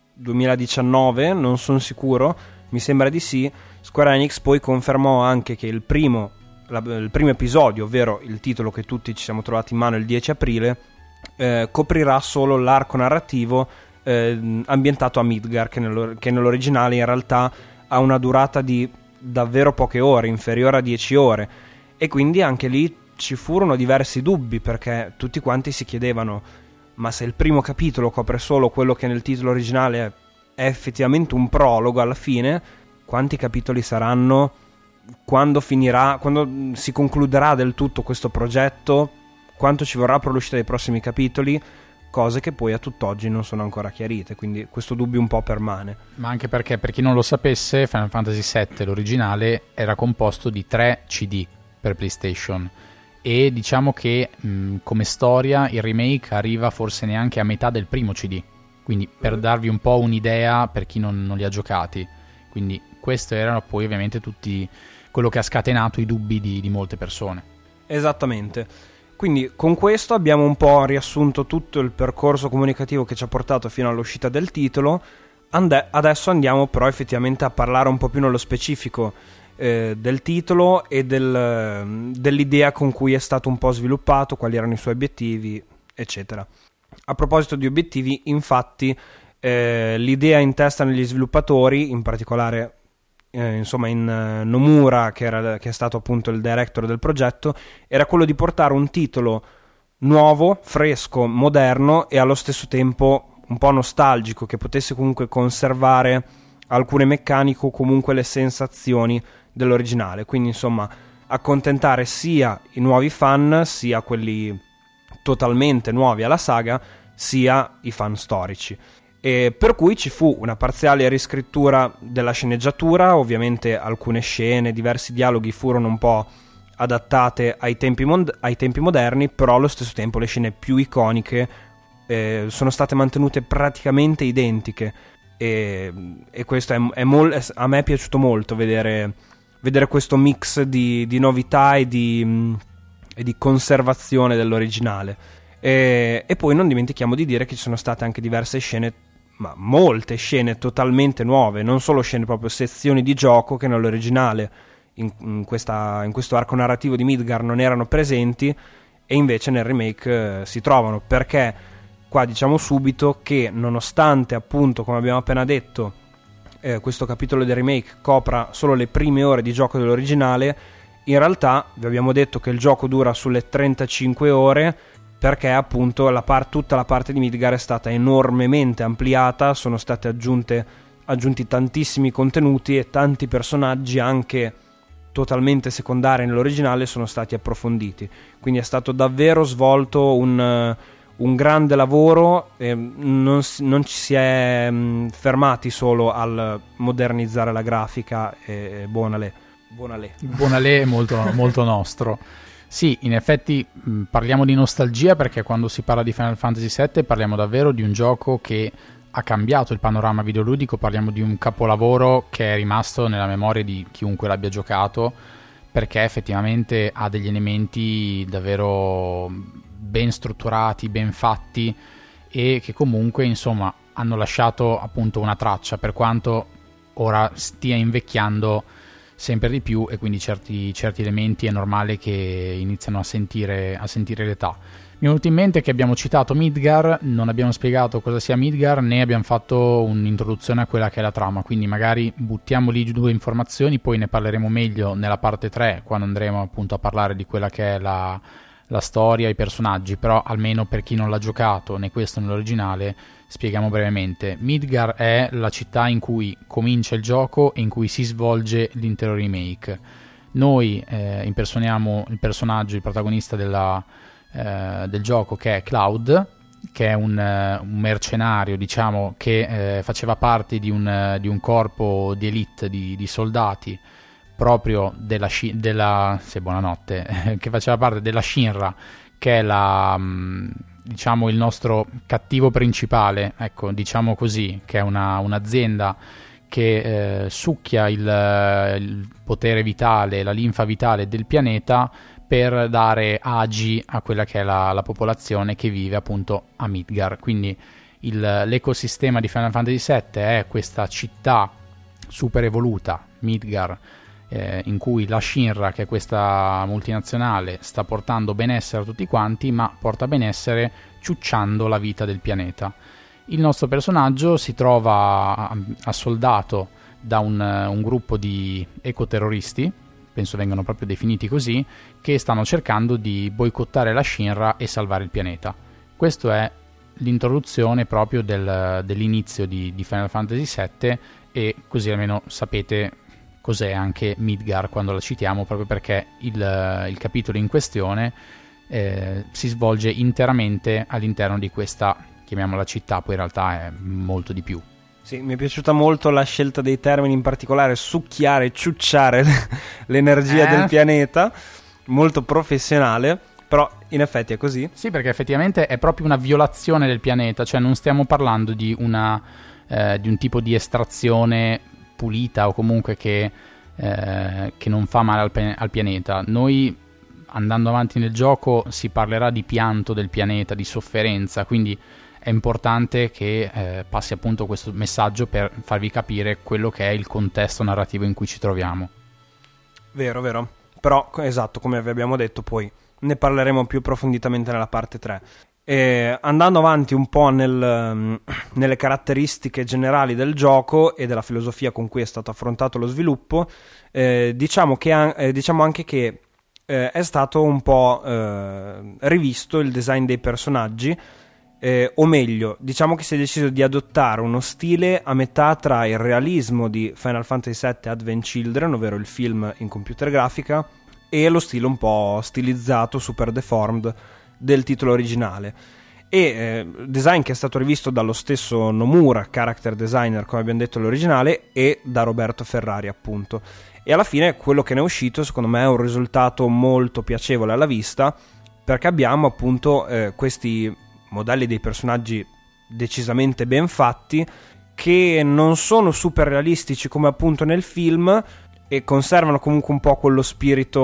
[SPEAKER 2] 2019, non sono sicuro, mi sembra di sì, Square Enix poi confermò anche che il primo episodio, ovvero il titolo che tutti ci siamo trovati in mano il 10 aprile, coprirà solo l'arco narrativo ambientato a Midgar, che nell'originale in realtà ha una durata di davvero poche ore, inferiore a 10 ore, e quindi anche lì ci furono diversi dubbi, perché tutti quanti si chiedevano: ma se il primo capitolo copre solo quello che nel titolo originale è effettivamente un prologo alla fine, quanti capitoli saranno? Quando finirà? Quando si concluderà del tutto questo progetto? Quanto ci vorrà per l'uscita dei prossimi capitoli? Cose che poi a tutt'oggi non sono ancora chiarite, quindi questo dubbio un po' permane.
[SPEAKER 1] Ma anche perché, per chi non lo sapesse, Final Fantasy VII, l'originale, era composto di 3 CD per PlayStation, e diciamo che come storia il remake arriva forse neanche a metà del primo CD, quindi per darvi un po' un'idea per chi non li ha giocati. Quindi questo erano poi ovviamente tutti quello che ha scatenato i dubbi di molte persone.
[SPEAKER 2] Esattamente. Quindi con questo abbiamo un po' riassunto tutto il percorso comunicativo che ci ha portato fino all'uscita del titolo. Adesso andiamo però effettivamente a parlare un po' più nello specifico del titolo e dell'idea con cui è stato un po' sviluppato, quali erano i suoi obiettivi, eccetera. A proposito di obiettivi, infatti, l'idea in testa negli sviluppatori, in particolare in Nomura, che è stato appunto il director del progetto, era quello di portare un titolo nuovo, fresco, moderno e allo stesso tempo un po' nostalgico, che potesse comunque conservare alcune meccaniche o comunque le sensazioni dell'originale. Quindi insomma accontentare sia i nuovi fan, sia quelli totalmente nuovi alla saga, sia i fan storici. E per cui ci fu una parziale riscrittura della sceneggiatura. Ovviamente alcune scene, diversi dialoghi furono un po' adattate ai tempi moderni, però allo stesso tempo le scene più iconiche sono state mantenute praticamente identiche, e questo a me è piaciuto molto vedere questo mix di novità e di conservazione dell'originale. E poi non dimentichiamo di dire che ci sono state anche diverse scene, ma molte scene totalmente nuove, non solo scene, proprio sezioni di gioco che nell'originale in questo arco narrativo di Midgar non erano presenti, e invece nel remake si trovano. Perché qua diciamo subito che, nonostante appunto, come abbiamo appena detto, questo capitolo del remake copra solo le prime ore di gioco dell'originale, in realtà vi abbiamo detto che il gioco dura sulle 35 ore, perché appunto tutta la parte di Midgar è stata enormemente ampliata, sono stati aggiunti tantissimi contenuti, e tanti personaggi anche totalmente secondari nell'originale sono stati approfonditi. Quindi è stato davvero svolto un grande lavoro, non ci si è fermati solo al modernizzare la grafica, e buonalè
[SPEAKER 1] è molto, molto nostro. Sì, in effetti parliamo di nostalgia, perché quando si parla di Final Fantasy VII parliamo davvero di un gioco che ha cambiato il panorama videoludico, parliamo di un capolavoro che è rimasto nella memoria di chiunque l'abbia giocato, perché effettivamente ha degli elementi davvero ben strutturati, ben fatti, e che comunque insomma hanno lasciato appunto una traccia, per quanto ora stia invecchiando sempre di più, e quindi certi elementi è normale che iniziano a sentire l'età. Mi è venuto in mente che abbiamo citato Midgar, non abbiamo spiegato cosa sia Midgar, né abbiamo fatto un'introduzione a quella che è la trama, quindi magari buttiamo lì 2 informazioni, poi ne parleremo meglio nella parte 3, quando andremo appunto a parlare di quella che è la storia, i personaggi. Però almeno per chi non l'ha giocato né questo né l'originale, spieghiamo brevemente. Midgar è la città in cui comincia il gioco e in cui si svolge l'intero remake. Noi impersoniamo il personaggio, il protagonista del gioco, che è Cloud, che è un mercenario, diciamo, che faceva parte di un corpo di elite di soldati proprio buonanotte, che faceva parte della Shinra, che è diciamo il nostro cattivo principale, ecco, diciamo così, che è un'azienda che succhia il potere vitale, la linfa vitale del pianeta, per dare agi a quella che è la popolazione che vive appunto a Midgar. Quindi l'ecosistema di Final Fantasy VII è questa città super evoluta, Midgar, in cui la Shinra, che è questa multinazionale, sta portando benessere a tutti quanti, ma porta benessere ciucciando la vita del pianeta. Il nostro personaggio si trova assoldato da un gruppo di ecoterroristi, penso vengano proprio definiti così, che stanno cercando di boicottare la Shinra e salvare il pianeta. Questo è l'introduzione proprio dell'inizio di Final Fantasy VII, e così almeno sapete cos'è anche Midgar quando la citiamo, proprio perché il capitolo in questione si svolge interamente all'interno di questa, chiamiamola città, poi in realtà è molto di più.
[SPEAKER 2] Sì, mi è piaciuta molto la scelta dei termini, in particolare succhiare, ciucciare l'energia del pianeta, molto professionale, però in effetti è così.
[SPEAKER 1] Sì, perché effettivamente è proprio una violazione del pianeta, cioè non stiamo parlando di un tipo di estrazione pulita o comunque che non fa male al pianeta. Noi, andando avanti nel gioco, si parlerà di pianto del pianeta, di sofferenza, quindi è importante che passi appunto questo messaggio per farvi capire quello che è il contesto narrativo in cui ci troviamo.
[SPEAKER 2] Vero. Però, esatto, come vi abbiamo detto, poi ne parleremo più approfonditamente nella parte 3. E andando avanti un po' nelle caratteristiche generali del gioco e della filosofia con cui è stato affrontato lo sviluppo, diciamo anche che è stato un po' rivisto il design dei personaggi, o meglio, diciamo che si è deciso di adottare uno stile a metà tra il realismo di Final Fantasy VII Advent Children, ovvero il film in computer grafica, e lo stile un po' stilizzato, super deformed del titolo originale. E design che è stato rivisto dallo stesso Nomura, character designer come abbiamo detto all'originale, e da Roberto Ferrari appunto. E alla fine quello che ne è uscito secondo me è un risultato molto piacevole alla vista, perché abbiamo appunto questi modelli dei personaggi decisamente ben fatti, che non sono super realistici come appunto nel film, e conservano comunque un po' quello spirito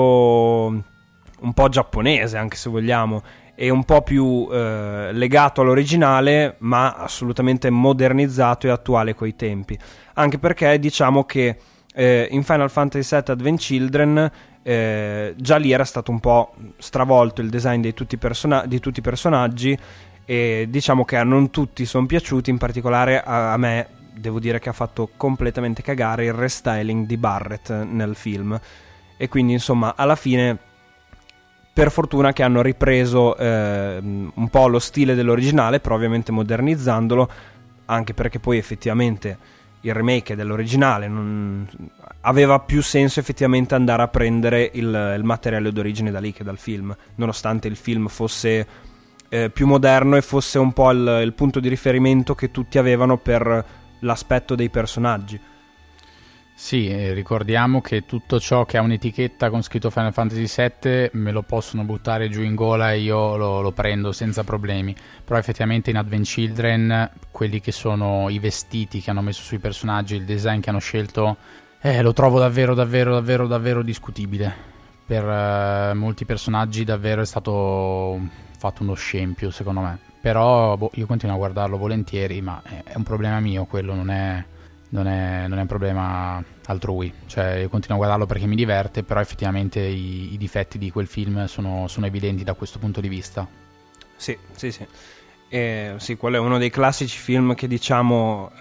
[SPEAKER 2] un po' giapponese, anche se vogliamo, e un po' più legato all'originale, ma assolutamente modernizzato e attuale coi tempi. Anche perché diciamo che in Final Fantasy VII Advent Children già lì era stato un po' stravolto il design di tutti i personaggi, e diciamo che a non tutti sono piaciuti. In particolare a me devo dire che ha fatto completamente cagare il restyling di Barret nel film, e quindi insomma alla fine per fortuna che hanno ripreso un po' lo stile dell'originale, però ovviamente modernizzandolo, anche perché poi effettivamente il remake dell'originale aveva più senso effettivamente andare a prendere il materiale d'origine da lì che dal film, nonostante il film fosse più moderno e fosse un po' il punto di riferimento che tutti avevano per l'aspetto dei personaggi.
[SPEAKER 1] Sì, ricordiamo che tutto ciò che ha un'etichetta con scritto Final Fantasy VII me lo possono buttare giù in gola e io lo prendo senza problemi, però effettivamente in Advent Children quelli che sono i vestiti che hanno messo sui personaggi, il design che hanno scelto, lo trovo davvero discutibile. Per molti personaggi davvero è stato fatto uno scempio secondo me, però io continuo a guardarlo volentieri, ma è un problema mio quello, non è un problema altrui, cioè io continuo a guardarlo perché mi diverte, però effettivamente i difetti di quel film sono evidenti da questo punto di vista.
[SPEAKER 2] Sì. Sì, quello è uno dei classici film che diciamo,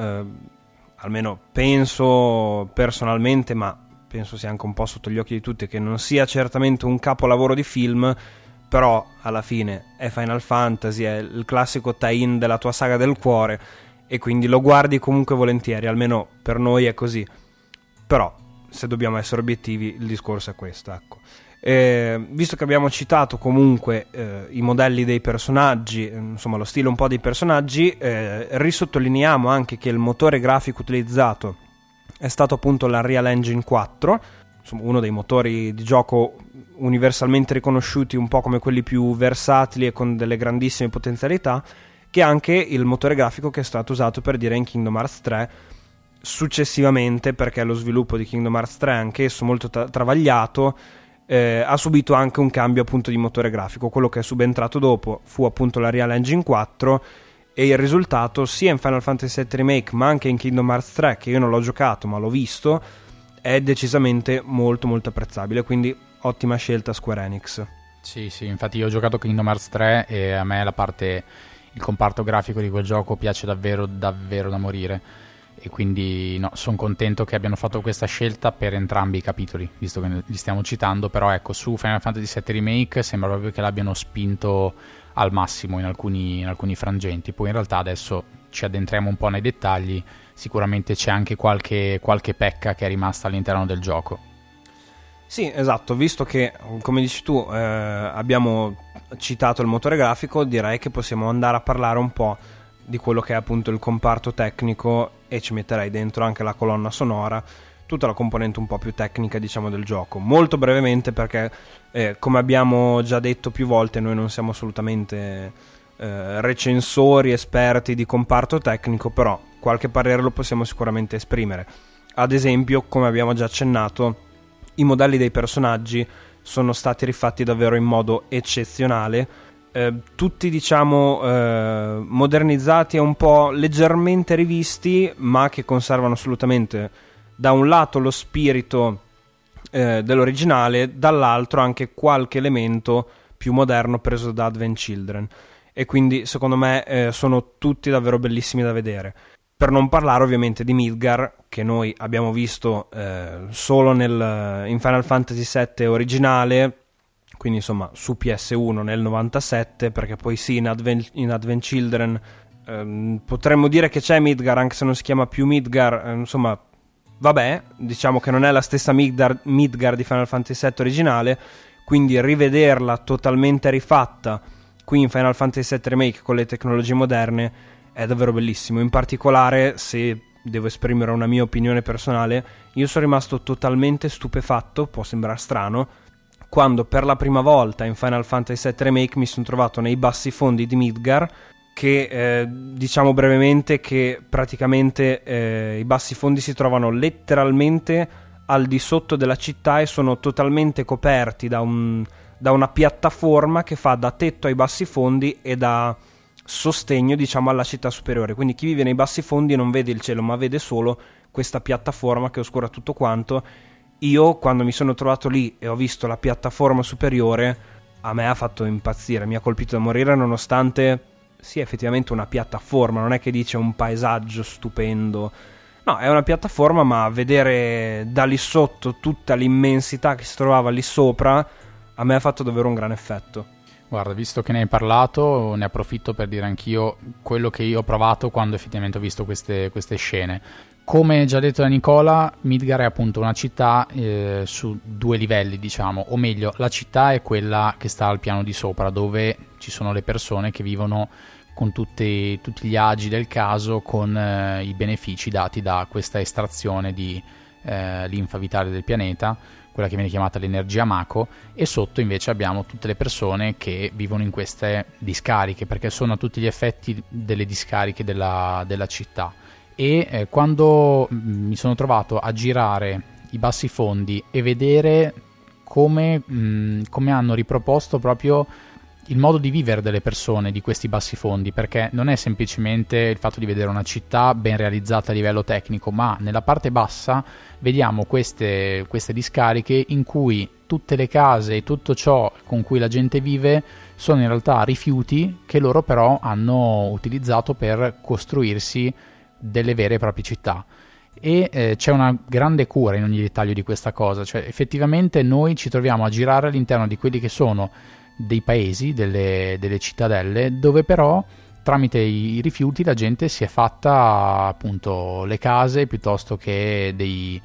[SPEAKER 2] almeno penso personalmente, ma penso sia anche un po' sotto gli occhi di tutti, che non sia certamente un capolavoro di film, però alla fine è Final Fantasy, è il classico tie-in della tua saga del cuore, e quindi lo guardi comunque volentieri, almeno per noi è così. Però se dobbiamo essere obiettivi il discorso è questo, ecco. Visto che abbiamo citato comunque i modelli dei personaggi, insomma lo stile un po' dei personaggi, risottolineiamo anche che il motore grafico utilizzato è stato appunto l'Unreal Engine 4, insomma uno dei motori di gioco universalmente riconosciuti un po' come quelli più versatili e con delle grandissime potenzialità, che è anche il motore grafico che è stato usato per dire in Kingdom Hearts 3 successivamente, perché lo sviluppo di Kingdom Hearts 3 anch'esso molto travagliato, ha subito anche un cambio appunto di motore grafico. Quello che è subentrato dopo fu appunto la Unreal Engine 4, e il risultato sia in Final Fantasy VII Remake ma anche in Kingdom Hearts 3, che io non l'ho giocato ma l'ho visto, è decisamente molto apprezzabile, quindi ottima scelta Square Enix.
[SPEAKER 1] Sì, infatti io ho giocato Kingdom Hearts 3 e a me il comparto grafico di quel gioco piace davvero da morire, e quindi sono contento che abbiano fatto questa scelta per entrambi i capitoli, visto che li stiamo citando. Però ecco, su Final Fantasy VII Remake sembra proprio che l'abbiano spinto al massimo in alcuni frangenti. Poi in realtà adesso ci addentriamo un po' nei dettagli, sicuramente c'è anche qualche pecca che è rimasta all'interno del gioco.
[SPEAKER 2] Sì, esatto, visto che, come dici tu, abbiamo citato il motore grafico, direi che possiamo andare a parlare un po' di quello che è appunto il comparto tecnico, e ci metterei dentro anche la colonna sonora, tutta la componente un po' più tecnica diciamo del gioco. Molto brevemente, perché come abbiamo già detto più volte, noi non siamo assolutamente recensori, esperti di comparto tecnico, però qualche parere lo possiamo sicuramente esprimere. Ad esempio, come abbiamo già accennato, i modelli dei personaggi sono stati rifatti davvero in modo eccezionale, tutti diciamo modernizzati e un po' leggermente rivisti, ma che conservano assolutamente da un lato lo spirito dell'originale, dall'altro anche qualche elemento più moderno preso da Advent Children, e quindi secondo me sono tutti davvero bellissimi da vedere. Per non parlare ovviamente di Midgar, che noi abbiamo visto solo in Final Fantasy VII originale, quindi insomma su PS1 nel 97, perché poi sì, in Advent Children potremmo dire che c'è Midgar, anche se non si chiama più Midgar, insomma vabbè, diciamo che non è la stessa Midgar di Final Fantasy VII originale, quindi rivederla totalmente rifatta qui in Final Fantasy VII Remake con le tecnologie moderne è davvero bellissimo. In particolare, se devo esprimere una mia opinione personale, io sono rimasto totalmente stupefatto, può sembrare strano, quando per la prima volta in Final Fantasy VII Remake mi sono trovato nei bassi fondi di Midgar, che diciamo brevemente che praticamente i bassi fondi si trovano letteralmente al di sotto della città e sono totalmente coperti da una piattaforma che fa da tetto ai bassi fondi e da sostegno, diciamo, alla città superiore. Quindi chi vive nei bassi fondi non vede il cielo, ma vede solo questa piattaforma che oscura tutto quanto. Io, quando mi sono trovato lì e ho visto la piattaforma superiore, a me ha fatto impazzire, mi ha colpito da morire, nonostante sia effettivamente una piattaforma, non è che dice un paesaggio stupendo. No, è una piattaforma, ma vedere da lì sotto tutta l'immensità che si trovava lì sopra a me ha fatto davvero un gran effetto.
[SPEAKER 1] Guarda, visto che ne hai parlato, ne approfitto per dire anch'io quello che io ho provato quando effettivamente ho visto queste scene. Come già detto da Nicola, Midgar è appunto una città su due livelli, diciamo, o meglio, la città è quella che sta al piano di sopra, dove ci sono le persone che vivono con tutti gli agi del caso, con i benefici dati da questa estrazione di linfa vitale del pianeta, quella che viene chiamata l'energia Mako, e sotto invece abbiamo tutte le persone che vivono in queste discariche, perché sono a tutti gli effetti delle discariche della città. E quando mi sono trovato a girare i bassi fondi e vedere come hanno riproposto proprio il modo di vivere delle persone di questi bassi fondi, perché non è semplicemente il fatto di vedere una città ben realizzata a livello tecnico, ma nella parte bassa vediamo queste discariche in cui tutte le case e tutto ciò con cui la gente vive sono in realtà rifiuti che loro però hanno utilizzato per costruirsi delle vere e proprie città. E c'è una grande cura in ogni dettaglio di questa cosa, cioè effettivamente noi ci troviamo a girare all'interno di quelli che sono dei paesi, delle cittadelle, dove però tramite i rifiuti la gente si è fatta appunto le case piuttosto che dei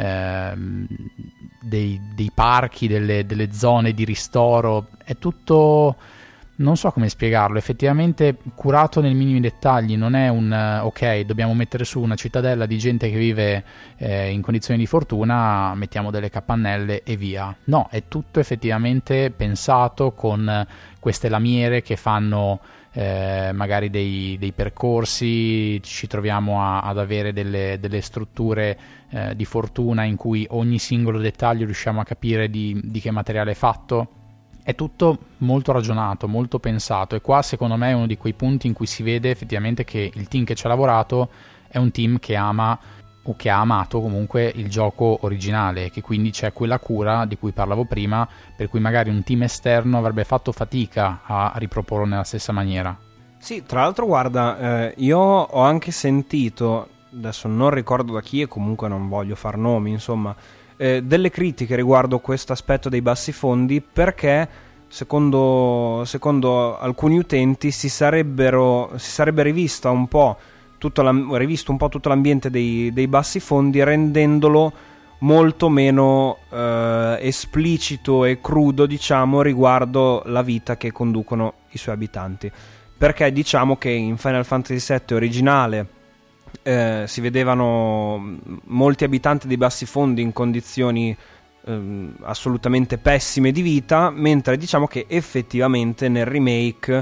[SPEAKER 1] parchi, delle zone di ristoro. È tutto, non so come spiegarlo, effettivamente curato nei minimi dettagli. Non è un ok, dobbiamo mettere su una cittadella di gente che vive in condizioni di fortuna, mettiamo delle capannelle e via. No, è tutto effettivamente pensato con queste lamiere che fanno magari dei percorsi. Ci troviamo ad avere delle strutture di fortuna in cui ogni singolo dettaglio riusciamo a capire di che materiale è fatto. È tutto molto ragionato, molto pensato, e qua secondo me è uno di quei punti in cui si vede effettivamente che il team che ci ha lavorato è un team che ama o che ha amato comunque il gioco originale, che quindi c'è quella cura di cui parlavo prima, per cui magari un team esterno avrebbe fatto fatica a riproporlo nella stessa maniera.
[SPEAKER 2] Sì, tra l'altro guarda, io ho anche sentito, adesso non ricordo da chi e comunque non voglio far nomi, insomma, delle critiche riguardo questo aspetto dei bassi fondi, perché secondo alcuni utenti si sarebbe rivisto un po' tutto l'ambiente dei bassi fondi, rendendolo molto meno esplicito e crudo, diciamo, riguardo la vita che conducono i suoi abitanti, perché diciamo che in Final Fantasy VII originale si vedevano molti abitanti dei bassi fondi in condizioni assolutamente pessime di vita, mentre diciamo che effettivamente nel remake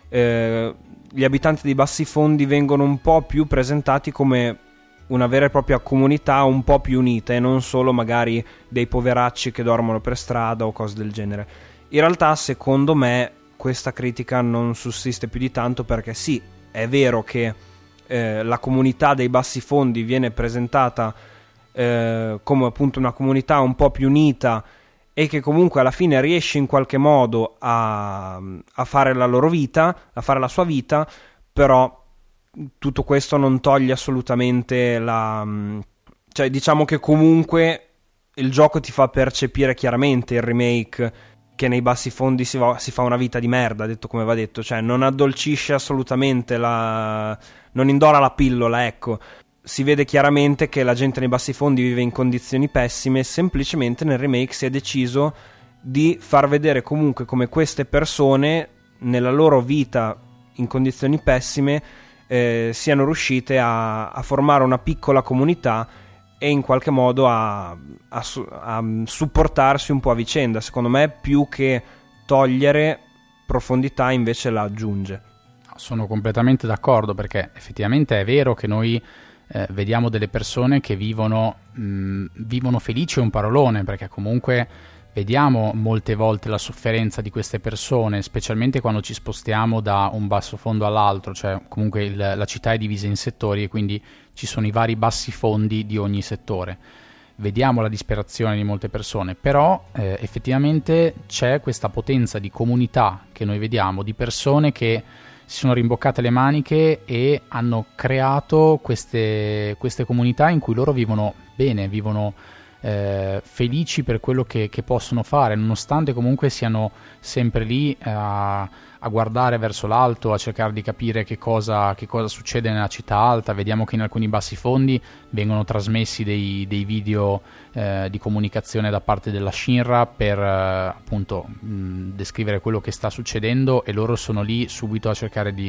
[SPEAKER 2] gli abitanti dei bassi fondi vengono un po' più presentati come una vera e propria comunità un po' più unita, e non solo magari dei poveracci che dormono per strada o cose del genere. In realtà secondo me questa critica non sussiste più di tanto, perché sì, è vero che la comunità dei bassi fondi viene presentata come appunto una comunità un po' più unita e che comunque alla fine riesce in qualche modo a fare la loro vita, a fare la sua vita, però tutto questo non toglie assolutamente cioè diciamo che comunque il gioco ti fa percepire chiaramente il remake che nei bassi fondi si fa una vita di merda, detto come va detto, cioè non addolcisce assolutamente non indora la pillola, ecco. Si vede chiaramente che la gente nei bassi fondi vive in condizioni pessime, semplicemente nel remake si è deciso di far vedere comunque come queste persone nella loro vita in condizioni pessime siano riuscite a formare una piccola comunità e in qualche modo a supportarsi un po' a vicenda. Secondo me più che togliere profondità invece la aggiunge.
[SPEAKER 1] Sono completamente d'accordo, perché effettivamente è vero che noi vediamo delle persone che vivono felici, è un parolone, perché comunque vediamo molte volte la sofferenza di queste persone, specialmente quando ci spostiamo da un basso fondo all'altro, cioè comunque la città è divisa in settori e quindi ci sono i vari bassi fondi di ogni settore. Vediamo la disperazione di molte persone, però effettivamente c'è questa potenza di comunità che noi vediamo, di persone che si sono rimboccate le maniche e hanno creato queste comunità in cui loro vivono bene, vivono felici per quello che possono fare, nonostante comunque siano sempre lì a guardare verso l'alto, a cercare di capire che cosa succede nella città alta. Vediamo che in alcuni bassi fondi vengono trasmessi dei video di comunicazione da parte della Shinra per appunto descrivere quello che sta succedendo, e loro sono lì subito a cercare di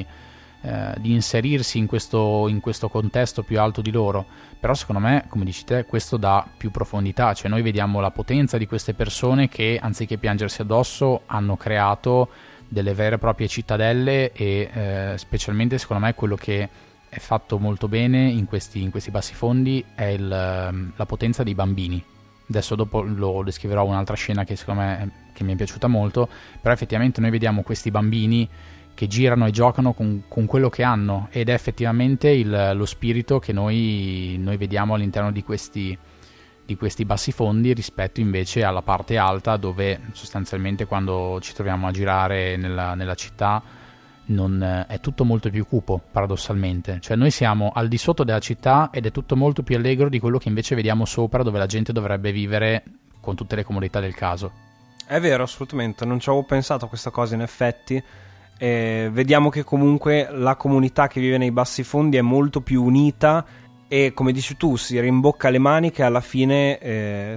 [SPEAKER 1] inserirsi in questo contesto più alto di loro. Però secondo me, come dici te, questo dà più profondità, cioè noi vediamo la potenza di queste persone che anziché piangersi addosso hanno creato delle vere e proprie cittadelle, e specialmente secondo me quello che è fatto molto bene in questi bassi fondi è la potenza dei bambini. Adesso dopo lo descriverò un'altra scena che secondo me che mi è piaciuta molto, però effettivamente noi vediamo questi bambini che girano e giocano con quello che hanno, ed è effettivamente lo spirito che noi vediamo all'interno di questi bassi fondi, rispetto invece alla parte alta, dove sostanzialmente quando ci troviamo a girare nella città è tutto molto più cupo, paradossalmente. Cioè noi siamo al di sotto della città ed è tutto molto più allegro di quello che invece vediamo sopra, dove la gente dovrebbe vivere con tutte le comodità del caso.
[SPEAKER 2] È vero, assolutamente, non ci avevo pensato a questa cosa in effetti. Vediamo che comunque la comunità che vive nei bassi fondi è molto più unita e, come dici tu, si rimbocca le maniche e alla fine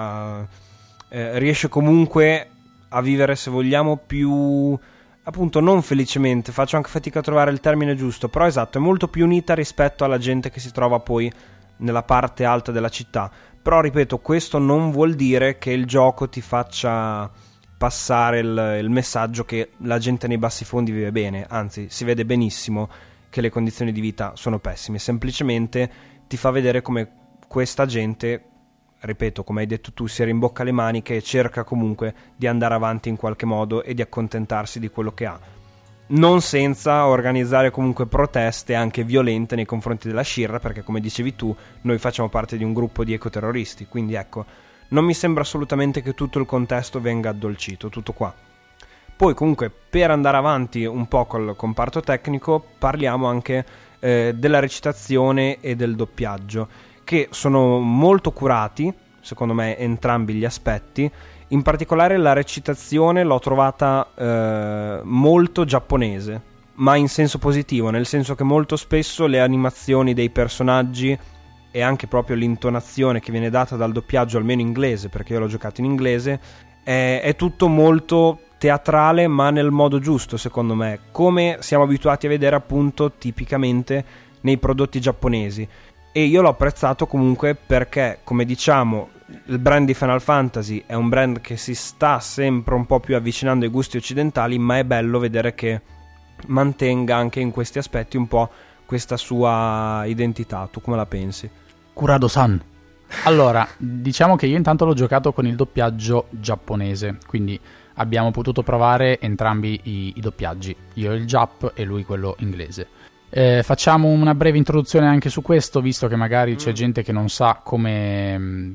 [SPEAKER 2] riesce comunque a vivere, se vogliamo, più appunto non felicemente, faccio anche fatica a trovare il termine giusto, però esatto, è molto più unita rispetto alla gente che si trova poi nella parte alta della città. Però ripeto, questo non vuol dire che il gioco ti faccia passare il messaggio che la gente nei bassi fondi vive bene, anzi si vede benissimo che le condizioni di vita sono pessime, semplicemente ti fa vedere come questa gente, ripeto, come hai detto tu, si rimbocca le maniche e cerca comunque di andare avanti in qualche modo e di accontentarsi di quello che ha, non senza organizzare comunque proteste anche violente nei confronti della Shinra, perché come dicevi tu noi facciamo parte di un gruppo di ecoterroristi, quindi ecco, non mi sembra assolutamente che tutto il contesto venga addolcito, tutto qua. Poi comunque, per andare avanti un po' col comparto tecnico, parliamo anche della recitazione e del doppiaggio, che sono molto curati, secondo me, entrambi gli aspetti. In particolare la recitazione l'ho trovata molto giapponese, ma in senso positivo, nel senso che molto spesso le animazioni dei personaggi e anche proprio l'intonazione che viene data dal doppiaggio, almeno inglese, perché io l'ho giocato in inglese, è tutto molto teatrale, ma nel modo giusto, secondo me, come siamo abituati a vedere appunto tipicamente nei prodotti giapponesi. E io l'ho apprezzato comunque perché, come diciamo, il brand di Final Fantasy è un brand che si sta sempre un po' più avvicinando ai gusti occidentali, ma è bello vedere che mantenga anche in questi aspetti un po' questa sua identità. Tu come la pensi?
[SPEAKER 1] Kurado-san. Allora, diciamo che io intanto l'ho giocato con il doppiaggio giapponese, quindi abbiamo potuto provare entrambi i doppiaggi, io il Jap e lui quello inglese. Facciamo una breve introduzione anche su questo, visto che magari c'è gente che non sa come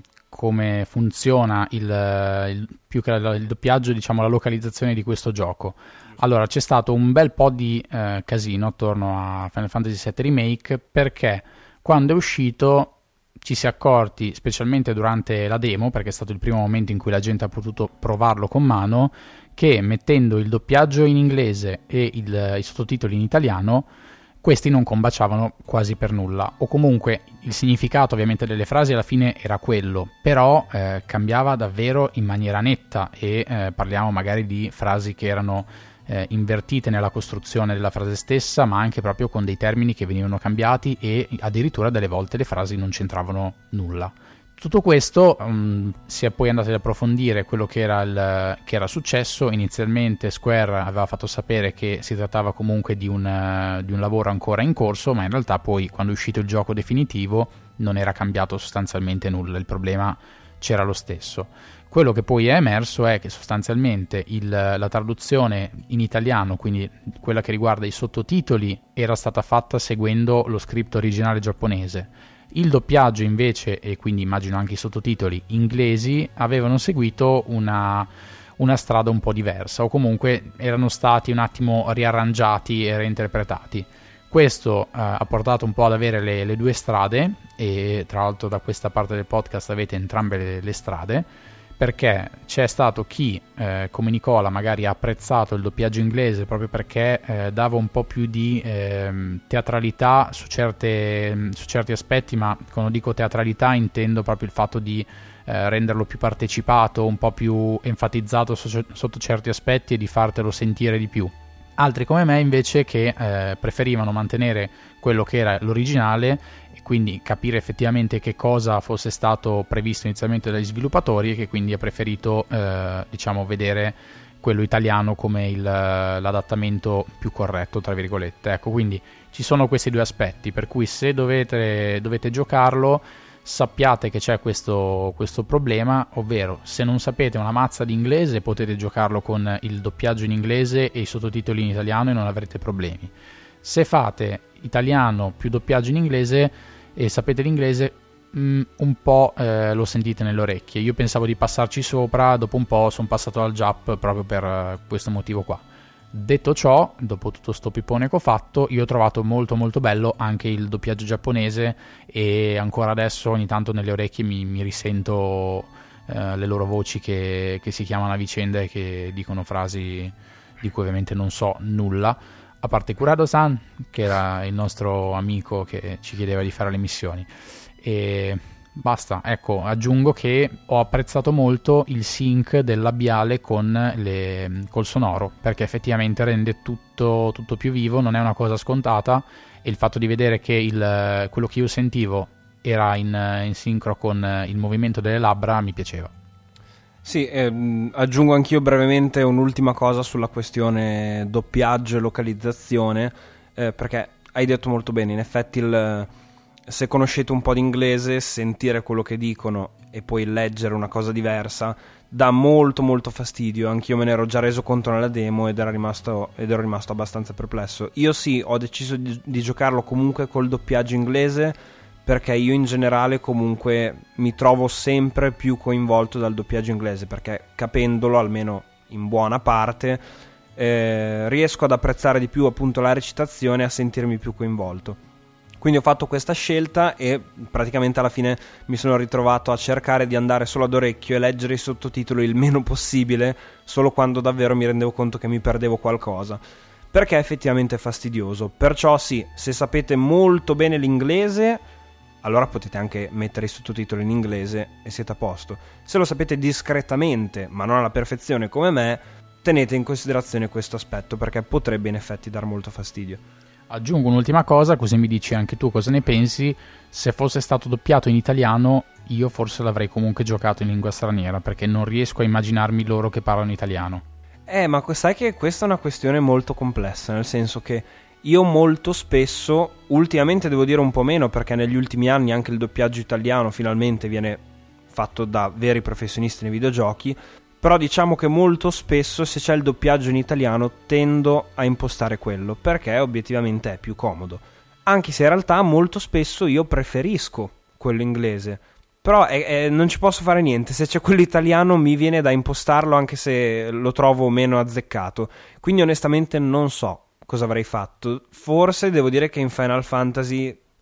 [SPEAKER 1] funziona più che il doppiaggio, diciamo la localizzazione di questo gioco. Allora, c'è stato un bel po' di casino attorno a Final Fantasy VII Remake, perché quando è uscito ci si è accorti, specialmente durante la demo, perché è stato il primo momento in cui la gente ha potuto provarlo con mano, che mettendo il doppiaggio in inglese e i sottotitoli in italiano, questi non combaciavano quasi per nulla, o comunque il significato ovviamente delle frasi alla fine era quello, però cambiava davvero in maniera netta, e parliamo magari di frasi che erano invertite nella costruzione della frase stessa, ma anche proprio con dei termini che venivano cambiati, e addirittura delle volte le frasi non c'entravano nulla. Tutto questo si è poi andato ad approfondire quello che era successo. Inizialmente Square aveva fatto sapere che si trattava comunque di un lavoro ancora in corso, ma in realtà poi, quando è uscito il gioco definitivo, non era cambiato sostanzialmente nulla, il problema c'era lo stesso. Quello che poi è emerso è che sostanzialmente la traduzione in italiano, quindi quella che riguarda i sottotitoli, era stata fatta seguendo lo script originale giapponese. Il doppiaggio invece, e quindi immagino anche i sottotitoli inglesi, avevano seguito una strada un po' diversa, o comunque erano stati un attimo riarrangiati e reinterpretati. Questo ha portato un po' ad avere le due strade, e tra l'altro da questa parte del podcast avete entrambe le strade, perché c'è stato chi, come Nicola, magari ha apprezzato il doppiaggio inglese proprio perché dava un po' più di teatralità su certi aspetti, ma quando dico teatralità intendo proprio il fatto di renderlo più partecipato, un po' più enfatizzato sotto certi aspetti, e di fartelo sentire di più. Altri come me invece che preferivano mantenere quello che era l'originale, e quindi capire effettivamente che cosa fosse stato previsto inizialmente dagli sviluppatori, e che quindi ha preferito vedere quello italiano come l'adattamento più corretto, tra virgolette. Ecco, quindi ci sono questi due aspetti, per cui se dovete giocarlo, sappiate che c'è questo problema, ovvero se non sapete una mazza di inglese potete giocarlo con il doppiaggio in inglese e i sottotitoli in italiano e non avrete problemi. Se fate italiano più doppiaggio in inglese e sapete l'inglese, un po' lo sentite nelle orecchie. Io pensavo di passarci sopra, dopo un po' sono passato al Jap proprio per questo motivo qua. Detto ciò, dopo tutto sto pippone che ho fatto, io ho trovato molto molto bello anche il doppiaggio giapponese, e ancora adesso ogni tanto nelle orecchie mi risento le loro voci che si chiamano a vicenda e che dicono frasi di cui ovviamente non so nulla, a parte Kurado-san, che era il nostro amico che ci chiedeva di fare le missioni. E basta, ecco, aggiungo che ho apprezzato molto il sync del labiale col sonoro, perché effettivamente rende tutto più vivo, non è una cosa scontata, e il fatto di vedere che quello che io sentivo era in sincro con il movimento delle labbra mi piaceva.
[SPEAKER 2] Sì, aggiungo anch'io brevemente un'ultima cosa sulla questione doppiaggio e localizzazione, perché hai detto molto bene, in effetti se conoscete un po' di inglese, sentire quello che dicono e poi leggere una cosa diversa dà molto molto fastidio. Anch'io me ne ero già reso conto nella demo ed ero rimasto abbastanza perplesso. Io sì, ho deciso di giocarlo comunque col doppiaggio inglese, perché io in generale comunque mi trovo sempre più coinvolto dal doppiaggio inglese, perché capendolo almeno in buona parte riesco ad apprezzare di più appunto la recitazione e a sentirmi più coinvolto. Quindi ho fatto questa scelta e praticamente alla fine mi sono ritrovato a cercare di andare solo ad orecchio e leggere i sottotitoli il meno possibile, solo quando davvero mi rendevo conto che mi perdevo qualcosa, perché è effettivamente fastidioso. Perciò sì, se sapete molto bene l'inglese, allora potete anche mettere i sottotitoli in inglese e siete a posto. Se lo sapete discretamente, ma non alla perfezione come me, tenete in considerazione questo aspetto, perché potrebbe in effetti dar molto fastidio.
[SPEAKER 1] Aggiungo un'ultima cosa, così mi dici anche tu cosa ne pensi. Se fosse stato doppiato in italiano, io forse l'avrei comunque giocato in lingua straniera, perché non riesco a immaginarmi loro che parlano italiano.
[SPEAKER 2] Ma sai che questa è una questione molto complessa, nel senso che io molto spesso, ultimamente devo dire un po' meno, perché negli ultimi anni anche il doppiaggio italiano finalmente viene fatto da veri professionisti nei videogiochi, però diciamo che molto spesso se c'è il doppiaggio in italiano tendo a impostare quello, perché obiettivamente è più comodo, anche se in realtà molto spesso io preferisco quello inglese, però non ci posso fare niente, se c'è quello italiano mi viene da impostarlo anche se lo trovo meno azzeccato, quindi onestamente non so cosa avrei fatto. Forse devo dire che in Final Fantasy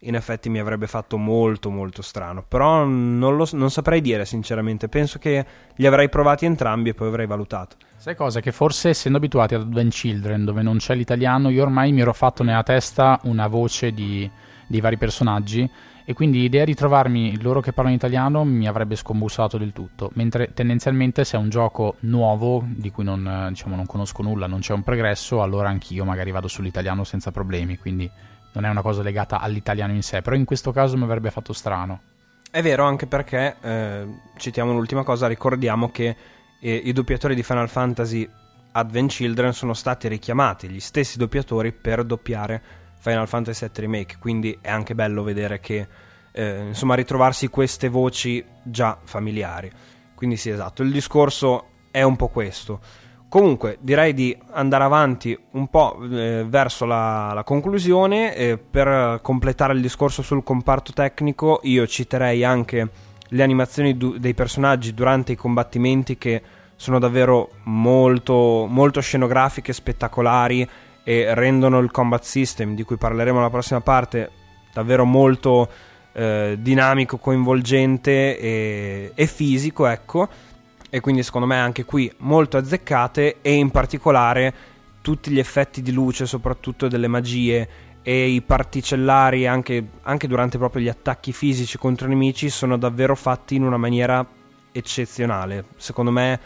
[SPEAKER 2] in effetti mi avrebbe fatto molto molto strano, però non saprei dire sinceramente, penso che li avrei provati entrambi e poi avrei valutato.
[SPEAKER 1] Sai cosa? Che forse essendo abituati ad Advent Children, dove non c'è l'italiano, io ormai mi ero fatto nella testa una voce dei vari personaggi, e quindi l'idea di trovarmi loro che parlano italiano mi avrebbe scombussato del tutto, mentre tendenzialmente se è un gioco nuovo di cui non conosco nulla, non c'è un progresso, allora anch'io magari vado sull'italiano senza problemi, quindi non è una cosa legata all'italiano in sé, però in questo caso mi avrebbe fatto strano.
[SPEAKER 2] È vero, anche perché, citiamo l'ultima cosa, ricordiamo che i doppiatori di Final Fantasy Advent Children sono stati richiamati, gli stessi doppiatori, per doppiare Final Fantasy VII Remake, quindi è anche bello vedere che insomma ritrovarsi queste voci già familiari. Quindi sì, esatto, il discorso è un po' questo. Comunque direi di andare avanti un po' verso la conclusione. Per completare il discorso sul comparto tecnico, io citerei anche le animazioni dei personaggi durante i combattimenti, che sono davvero molto, molto scenografiche, spettacolari, e rendono il combat system, di cui parleremo nella prossima parte, davvero molto dinamico, coinvolgente e fisico, ecco. E quindi secondo me anche qui molto azzeccate, e in particolare tutti gli effetti di luce, soprattutto delle magie e i particellari anche durante proprio gli attacchi fisici contro i nemici, sono davvero fatti in una maniera eccezionale, secondo me.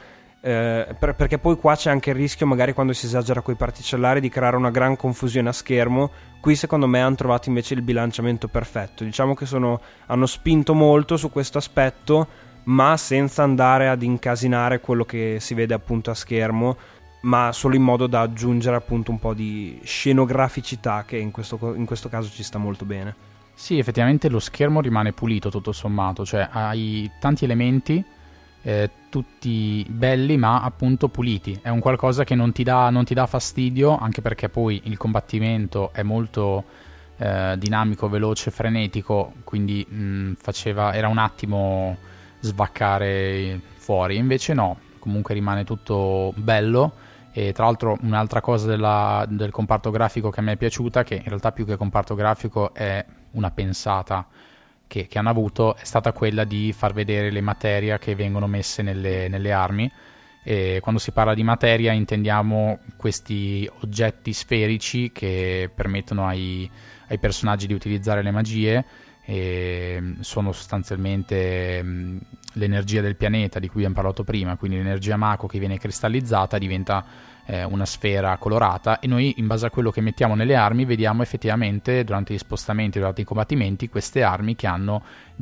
[SPEAKER 2] Perché poi qua c'è anche il rischio, magari quando si esagera coi particellari, di creare una gran confusione a schermo. Qui secondo me hanno trovato invece il bilanciamento perfetto, diciamo che hanno spinto molto su questo aspetto, ma senza andare ad incasinare quello che si vede appunto a schermo, ma solo in modo da aggiungere appunto un po' di scenograficità, che in questo caso ci sta molto bene.
[SPEAKER 1] Sì, effettivamente lo schermo rimane pulito tutto sommato, cioè hai tanti elementi, tutti belli ma appunto puliti. È un qualcosa che non ti dà fastidio, anche perché poi il combattimento è molto dinamico, veloce, frenetico, quindi era un attimo svaccare fuori. Invece no, comunque rimane tutto bello. E tra l'altro un'altra cosa del comparto grafico che a me è piaciuta, che in realtà più che comparto grafico è una pensata che hanno avuto, è stata quella di far vedere le materie che vengono messe nelle armi. E quando si parla di materia intendiamo questi oggetti sferici che permettono ai personaggi di utilizzare le magie, e sono sostanzialmente l'energia del pianeta di cui abbiamo parlato prima, quindi l'energia Mako che viene cristallizzata diventa una sfera colorata, e noi in base a quello che mettiamo nelle armi vediamo effettivamente durante gli spostamenti, durante i combattimenti, queste armi che hanno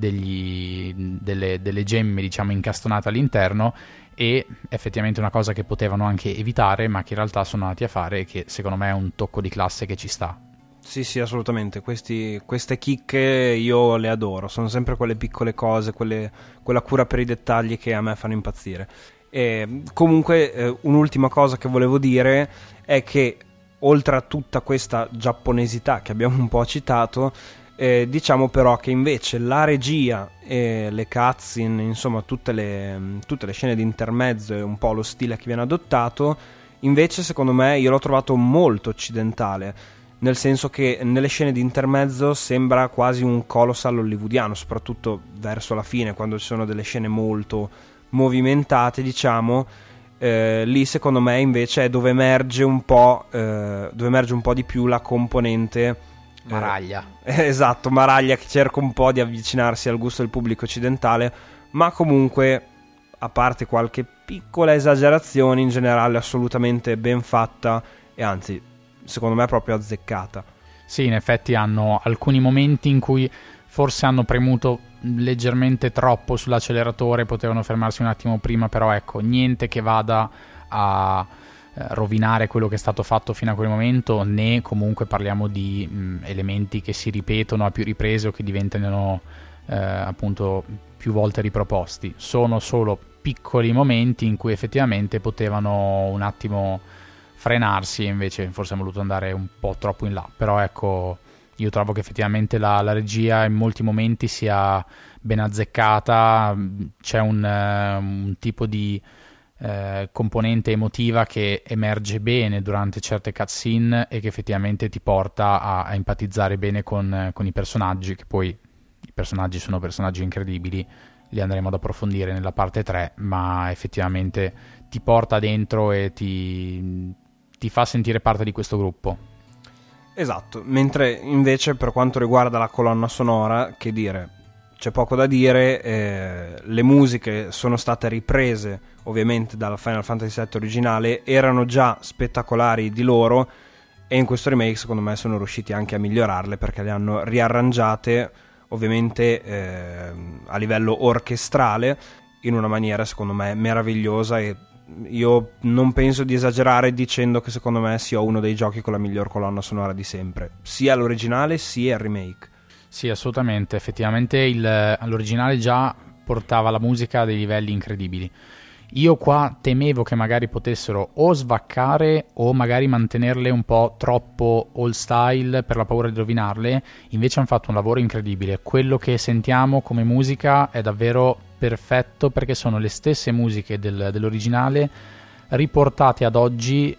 [SPEAKER 1] delle gemme diciamo incastonate all'interno, e effettivamente una cosa che potevano anche evitare ma che in realtà sono andati a fare, e che secondo me è un tocco di classe che ci sta.
[SPEAKER 2] Sì, assolutamente. Queste chicche io le adoro. Sono sempre quelle piccole cose, quella cura per i dettagli che a me fanno impazzire. E comunque, un'ultima cosa che volevo dire è che, oltre a tutta questa giapponesità che abbiamo un po' citato, diciamo però che invece la regia e le cutscene, insomma tutte le scene di intermezzo e un po' lo stile che viene adottato, invece secondo me io l'ho trovato molto occidentale. Nel senso che nelle scene di intermezzo sembra quasi un colossal hollywoodiano, soprattutto verso la fine, quando ci sono delle scene molto movimentate, diciamo. Lì secondo me invece è dove emerge un po' di più la componente
[SPEAKER 1] Maraglia.
[SPEAKER 2] Esatto, Maraglia, che cerca un po' di avvicinarsi al gusto del pubblico occidentale, ma comunque, a parte qualche piccola esagerazione, in generale assolutamente ben fatta, e anzi secondo me è proprio azzeccata.
[SPEAKER 1] Sì, in effetti hanno alcuni momenti in cui forse hanno premuto leggermente troppo sull'acceleratore, potevano fermarsi un attimo prima, però ecco, niente che vada a rovinare quello che è stato fatto fino a quel momento, né comunque parliamo di elementi che si ripetono a più riprese o che diventano appunto più volte riproposti. Sono solo piccoli momenti in cui effettivamente potevano un attimo frenarsi, e invece forse hanno voluto andare un po' troppo in là. Però ecco, io trovo che effettivamente la regia in molti momenti sia ben azzeccata. C'è un tipo di componente emotiva che emerge bene durante certe cutscene e che effettivamente ti porta a empatizzare bene con i personaggi, che poi i personaggi sono personaggi incredibili, li andremo ad approfondire nella parte 3, ma effettivamente ti porta dentro e ti fa sentire parte di questo gruppo.
[SPEAKER 2] Esatto, mentre invece per quanto riguarda la colonna sonora, che dire, c'è poco da dire, le musiche sono state riprese ovviamente dal Final Fantasy VII originale, erano già spettacolari di loro e in questo remake secondo me sono riusciti anche a migliorarle perché le hanno riarrangiate ovviamente a livello orchestrale in una maniera secondo me meravigliosa, e io non penso di esagerare dicendo che secondo me sia uno dei giochi con la miglior colonna sonora di sempre, sia l'originale sia il remake.
[SPEAKER 1] Sì, assolutamente, effettivamente l'originale già portava la musica a dei livelli incredibili. Io qua temevo che magari potessero o svaccare o magari mantenerle un po' troppo old style per la paura di rovinarle, invece hanno fatto un lavoro incredibile. Quello che sentiamo come musica è davvero perfetto perché sono le stesse musiche dell'originale riportate ad oggi,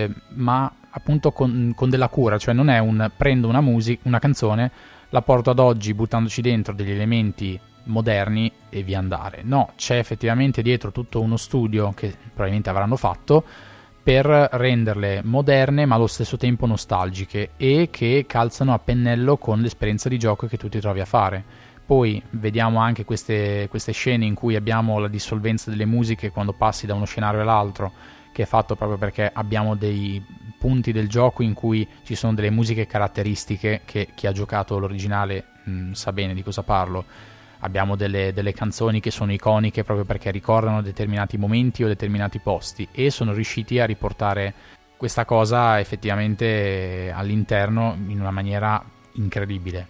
[SPEAKER 1] ma appunto con della cura, cioè non è prendo una canzone, la porto ad oggi buttandoci dentro degli elementi moderni e via andare. No, c'è effettivamente dietro tutto uno studio che probabilmente avranno fatto per renderle moderne ma allo stesso tempo nostalgiche e che calzano a pennello con l'esperienza di gioco che tu ti trovi a fare. Poi vediamo anche queste scene in cui abbiamo la dissolvenza delle musiche quando passi da uno scenario all'altro, che è fatto proprio perché abbiamo dei punti del gioco in cui ci sono delle musiche caratteristiche che chi ha giocato l'originale sa bene di cosa parlo. Abbiamo delle canzoni che sono iconiche proprio perché ricordano determinati momenti o determinati posti, e sono riusciti a riportare questa cosa effettivamente all'interno in una maniera incredibile.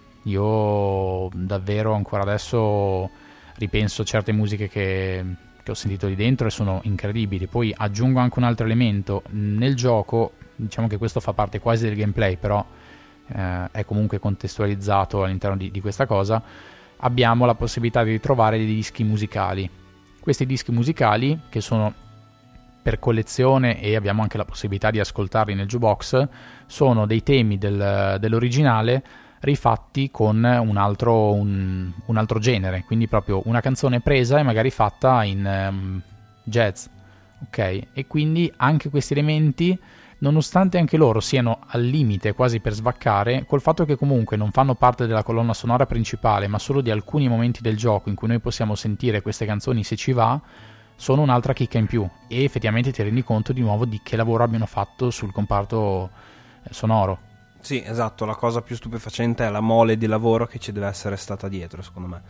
[SPEAKER 1] Io davvero ancora adesso ripenso a certe musiche che ho sentito lì dentro e sono incredibili. Poi aggiungo anche un altro elemento nel gioco, diciamo che questo fa parte quasi del gameplay, però è comunque contestualizzato all'interno di questa cosa. Abbiamo la possibilità di ritrovare dei dischi musicali. Questi dischi musicali, che sono per collezione e abbiamo anche la possibilità di ascoltarli nel jukebox, sono dei temi dell'originale rifatti con un altro genere, quindi proprio una canzone presa e magari fatta in jazz, ok? E quindi anche questi elementi, nonostante anche loro siano al limite quasi per svaccare, col fatto che comunque non fanno parte della colonna sonora principale ma solo di alcuni momenti del gioco in cui noi possiamo sentire queste canzoni se ci va, sono un'altra chicca in più e effettivamente ti rendi conto di nuovo di che lavoro abbiano fatto sul comparto sonoro.
[SPEAKER 2] Sì, esatto, la cosa più stupefacente è la mole di lavoro che ci deve essere stata dietro, secondo me.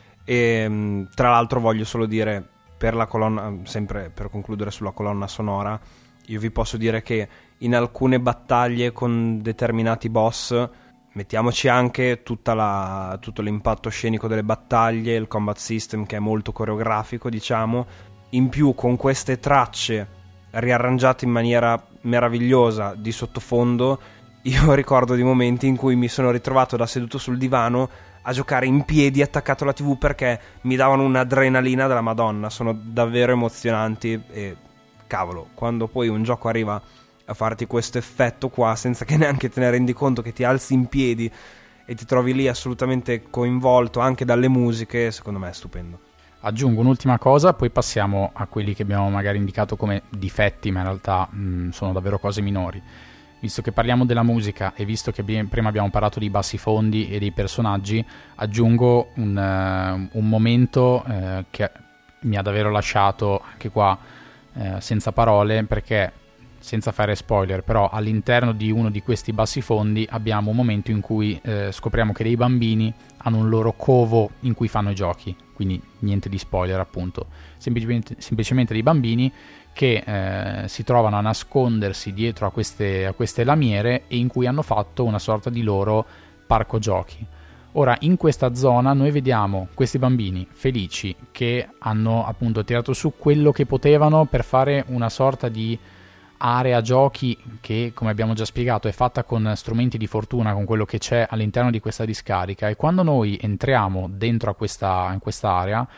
[SPEAKER 2] E tra l'altro voglio solo dire, per la colonna, sempre per concludere sulla colonna sonora, io vi posso dire che in alcune battaglie con determinati boss, mettiamoci anche tutto l'impatto scenico delle battaglie, il combat system che è molto coreografico, diciamo, in più con queste tracce riarrangiate in maniera meravigliosa di sottofondo, io ricordo di momenti in cui mi sono ritrovato da seduto sul divano a giocare in piedi attaccato alla TV perché mi davano un'adrenalina della Madonna, sono davvero emozionanti. E cavolo, quando poi un gioco arriva a farti questo effetto qua senza che neanche te ne rendi conto, che ti alzi in piedi e ti trovi lì assolutamente coinvolto anche dalle musiche, secondo me è stupendo.
[SPEAKER 1] Aggiungo un'ultima cosa, poi passiamo a quelli che abbiamo magari indicato come difetti, ma in realtà sono davvero cose minori. Visto che parliamo della musica e visto che prima abbiamo parlato di bassi fondi e dei personaggi, aggiungo un momento che mi ha davvero lasciato anche qua senza parole, perché, senza fare spoiler, però all'interno di uno di questi bassi fondi abbiamo un momento in cui scopriamo che dei bambini hanno un loro covo in cui fanno i giochi, quindi niente di spoiler appunto, semplicemente dei bambini che si trovano a nascondersi dietro a queste lamiere e in cui hanno fatto una sorta di loro parco giochi. Ora, in questa zona noi vediamo questi bambini felici che hanno appunto tirato su quello che potevano per fare una sorta di area giochi che, come abbiamo già spiegato, è fatta con strumenti di fortuna, con quello che c'è all'interno di questa discarica, e quando noi entriamo dentro in questa area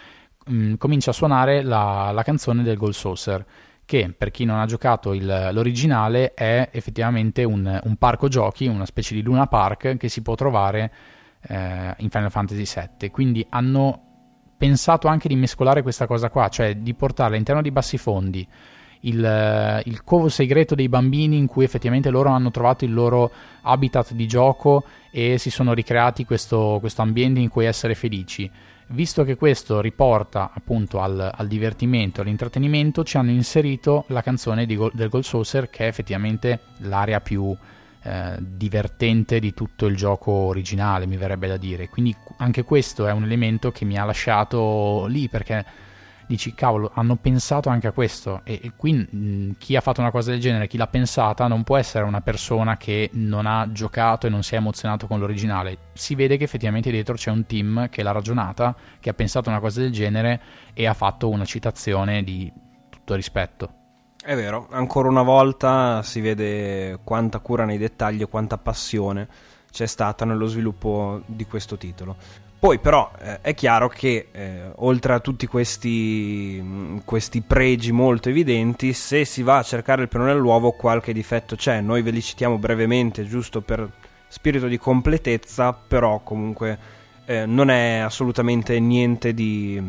[SPEAKER 1] comincia a suonare la canzone del Gold Saucer, che per chi non ha giocato l'originale è effettivamente un parco giochi, una specie di Luna Park che si può trovare in Final Fantasy VII. Quindi hanno pensato anche di mescolare questa cosa qua, cioè di portare all'interno di Bassifondi il covo segreto dei bambini, in cui effettivamente loro hanno trovato il loro habitat di gioco e si sono ricreati questo ambiente in cui essere felici. Visto che questo riporta appunto al divertimento, all'intrattenimento, ci hanno inserito la canzone del Gold Saucer, che è effettivamente l'area più divertente di tutto il gioco originale, mi verrebbe da dire. Quindi anche questo è un elemento che mi ha lasciato lì, perché dici, cavolo, hanno pensato anche a questo, e qui chi ha fatto una cosa del genere, chi l'ha pensata, non può essere una persona che non ha giocato e non si è emozionato con l'originale. Si vede che effettivamente dietro c'è un team che l'ha ragionata, che ha pensato una cosa del genere e ha fatto una citazione di tutto rispetto.
[SPEAKER 2] È vero, ancora una volta si vede quanta cura nei dettagli e quanta passione c'è stata nello sviluppo di questo titolo. Poi però è chiaro che oltre a tutti questi pregi molto evidenti, se si va a cercare il pelo nell'uovo qualche difetto c'è. Noi ve li citiamo brevemente, giusto per spirito di completezza, però comunque non è assolutamente niente di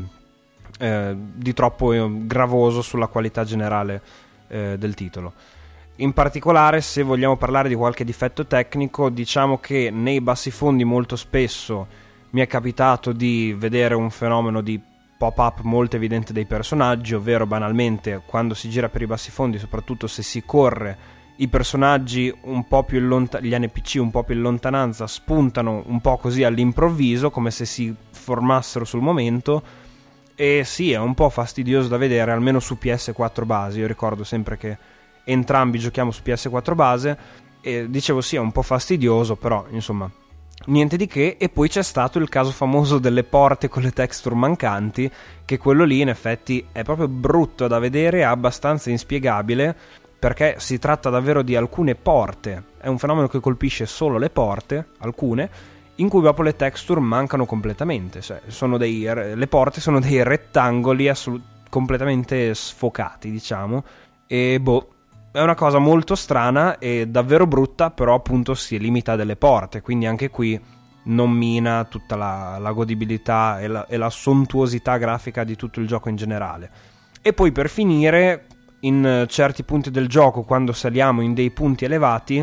[SPEAKER 2] troppo gravoso sulla qualità generale del titolo. In particolare, se vogliamo parlare di qualche difetto tecnico, diciamo che nei bassifondi molto spesso mi è capitato di vedere un fenomeno di pop-up molto evidente dei personaggi, ovvero banalmente quando si gira per i bassifondi, soprattutto se si corre, i personaggi un po' più gli NPC un po' più in lontananza spuntano un po' così all'improvviso, come se si formassero sul momento, e sì, è un po' fastidioso da vedere, almeno su PS4 base. Io ricordo sempre che entrambi giochiamo su PS4 base e dicevo sì, è un po' fastidioso, però insomma niente di che. E poi c'è stato il caso famoso delle porte con le texture mancanti, che quello lì in effetti è proprio brutto da vedere, è abbastanza inspiegabile, perché si tratta davvero di alcune porte, è un fenomeno che colpisce solo le porte, alcune, in cui proprio le texture mancano completamente, cioè le porte sono dei rettangoli completamente sfocati, diciamo, e è una cosa molto strana e davvero brutta, però appunto si limita a delle porte, quindi anche qui non mina tutta la godibilità e la sontuosità grafica di tutto il gioco in generale. E poi per finire, in certi punti del gioco, quando saliamo in dei punti elevati,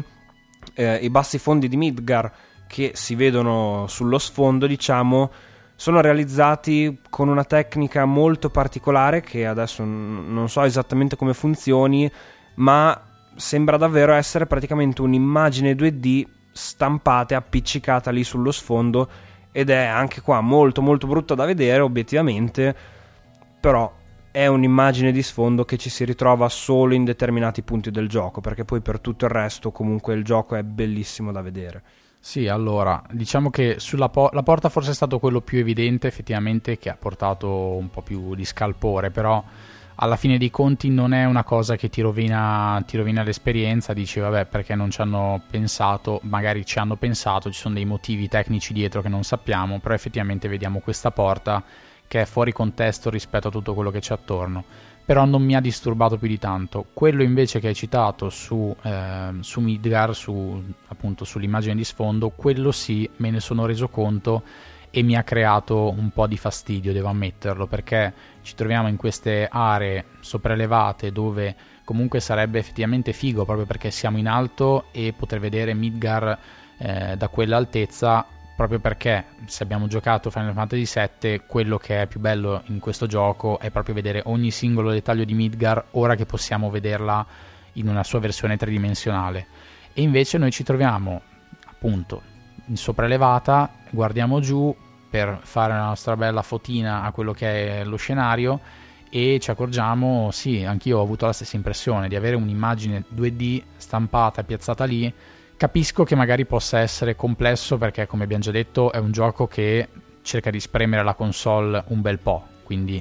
[SPEAKER 2] i bassi fondi di Midgar che si vedono sullo sfondo, diciamo, sono realizzati con una tecnica molto particolare che adesso non so esattamente come funzioni, ma sembra davvero essere praticamente un'immagine 2D stampata e appiccicata lì sullo sfondo, ed è anche qua molto molto brutta da vedere obiettivamente, però è un'immagine di sfondo che ci si ritrova solo in determinati punti del gioco, perché poi per tutto il resto comunque il gioco è bellissimo da vedere.
[SPEAKER 1] Sì, allora, diciamo che la porta forse è stato quello più evidente effettivamente, che ha portato un po' più di scalpore, però alla fine dei conti non è una cosa che ti rovina l'esperienza. Dici vabbè, perché non ci hanno pensato, magari ci hanno pensato, ci sono dei motivi tecnici dietro che non sappiamo, però effettivamente vediamo questa porta che è fuori contesto rispetto a tutto quello che c'è attorno. Però non mi ha disturbato più di tanto. Quello invece che hai citato su Midgar, appunto sull'immagine di sfondo, quello sì, me ne sono reso conto e mi ha creato un po' di fastidio, devo ammetterlo, perché ci troviamo in queste aree sopraelevate dove comunque sarebbe effettivamente figo, proprio perché siamo in alto, e poter vedere Midgar da quell'altezza, proprio perché se abbiamo giocato Final Fantasy VII, quello che è più bello in questo gioco è proprio vedere ogni singolo dettaglio di Midgar, ora che possiamo vederla in una sua versione tridimensionale. E invece noi ci troviamo appunto in sopraelevata, guardiamo giù per fare la nostra bella fotina a quello che è lo scenario, e ci accorgiamo, sì, anch'io ho avuto la stessa impressione di avere un'immagine 2D stampata e piazzata lì. Capisco che magari possa essere complesso, perché come abbiamo già detto è un gioco che cerca di spremere la console un bel po', quindi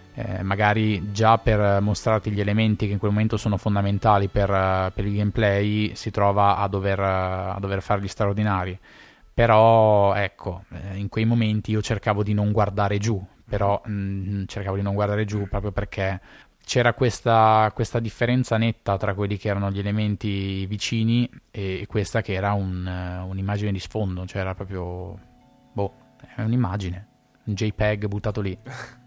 [SPEAKER 1] magari già per mostrarti gli elementi che in quel momento sono fondamentali per il gameplay si trova a dover fare gli straordinari. Però ecco, in quei momenti io cercavo di non guardare giù, però cercavo di non guardare giù proprio perché c'era questa differenza netta tra quelli che erano gli elementi vicini e questa che era un'immagine di sfondo, cioè era proprio, è un'immagine, un JPEG buttato lì.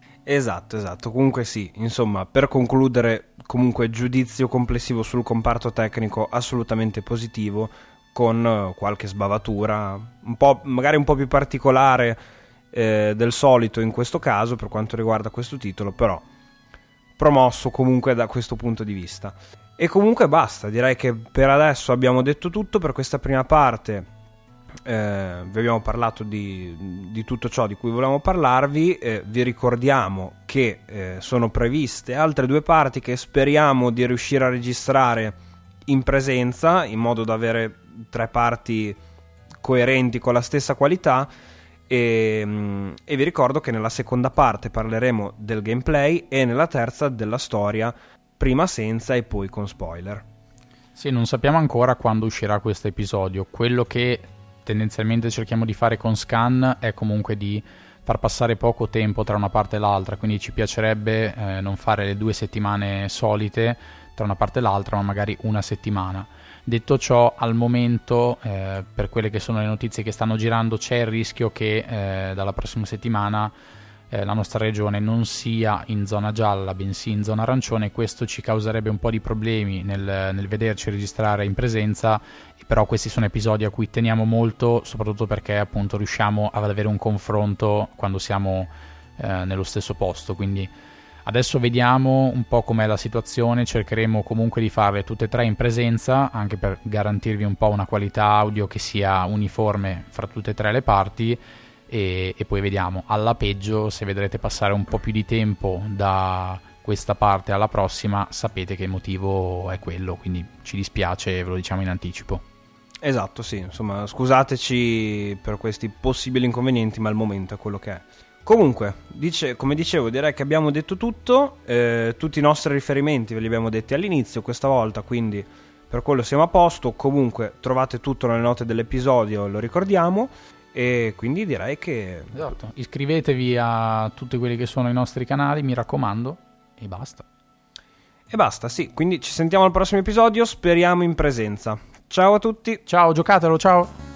[SPEAKER 2] Esatto, comunque sì, insomma, per concludere, comunque giudizio complessivo sul comparto tecnico assolutamente positivo, con qualche sbavatura, magari un po' più particolare del solito in questo caso per quanto riguarda questo titolo, però promosso comunque da questo punto di vista. E comunque basta, direi che per adesso abbiamo detto tutto per questa prima parte. Vi abbiamo parlato di tutto ciò di cui volevamo parlarvi. Vi ricordiamo che sono previste altre 2 parti che speriamo di riuscire a registrare in presenza, in modo da avere 3 parti coerenti con la stessa qualità. E vi ricordo che nella seconda parte parleremo del gameplay e nella terza della storia, prima senza e poi con spoiler.
[SPEAKER 1] Sì, non sappiamo ancora quando uscirà questo episodio. Quello che tendenzialmente cerchiamo di fare con Scan è comunque di far passare poco tempo tra una parte e l'altra, quindi ci piacerebbe non fare le 2 settimane solite tra una parte e l'altra, ma magari una settimana. Detto ciò, al momento, per quelle che sono le notizie che stanno girando, c'è il rischio che dalla prossima settimana la nostra regione non sia in zona gialla, bensì in zona arancione, e questo ci causerebbe un po' di problemi nel vederci registrare in presenza, però questi sono episodi a cui teniamo molto, soprattutto perché appunto riusciamo ad avere un confronto quando siamo nello stesso posto, quindi adesso vediamo un po' com'è la situazione, cercheremo comunque di farle tutte e 3 in presenza, anche per garantirvi un po' una qualità audio che sia uniforme fra tutte e 3 le parti, e poi vediamo. Alla peggio, se vedrete passare un po' più di tempo da questa parte alla prossima, sapete che il motivo è quello, quindi ci dispiace, ve lo diciamo in anticipo.
[SPEAKER 2] Esatto, sì, insomma, scusateci per questi possibili inconvenienti, ma il momento è quello che è. Comunque, come dicevo, direi che abbiamo detto tutto. Tutti i nostri riferimenti ve li abbiamo detti all'inizio questa volta, quindi per quello siamo a posto. Comunque trovate tutto nelle note dell'episodio, lo ricordiamo, e quindi direi che...
[SPEAKER 1] Esatto, iscrivetevi a tutti quelli che sono i nostri canali, mi raccomando, e basta.
[SPEAKER 2] E basta, sì, quindi ci sentiamo al prossimo episodio, speriamo in presenza. Ciao a tutti.
[SPEAKER 1] Ciao, giocatelo, ciao.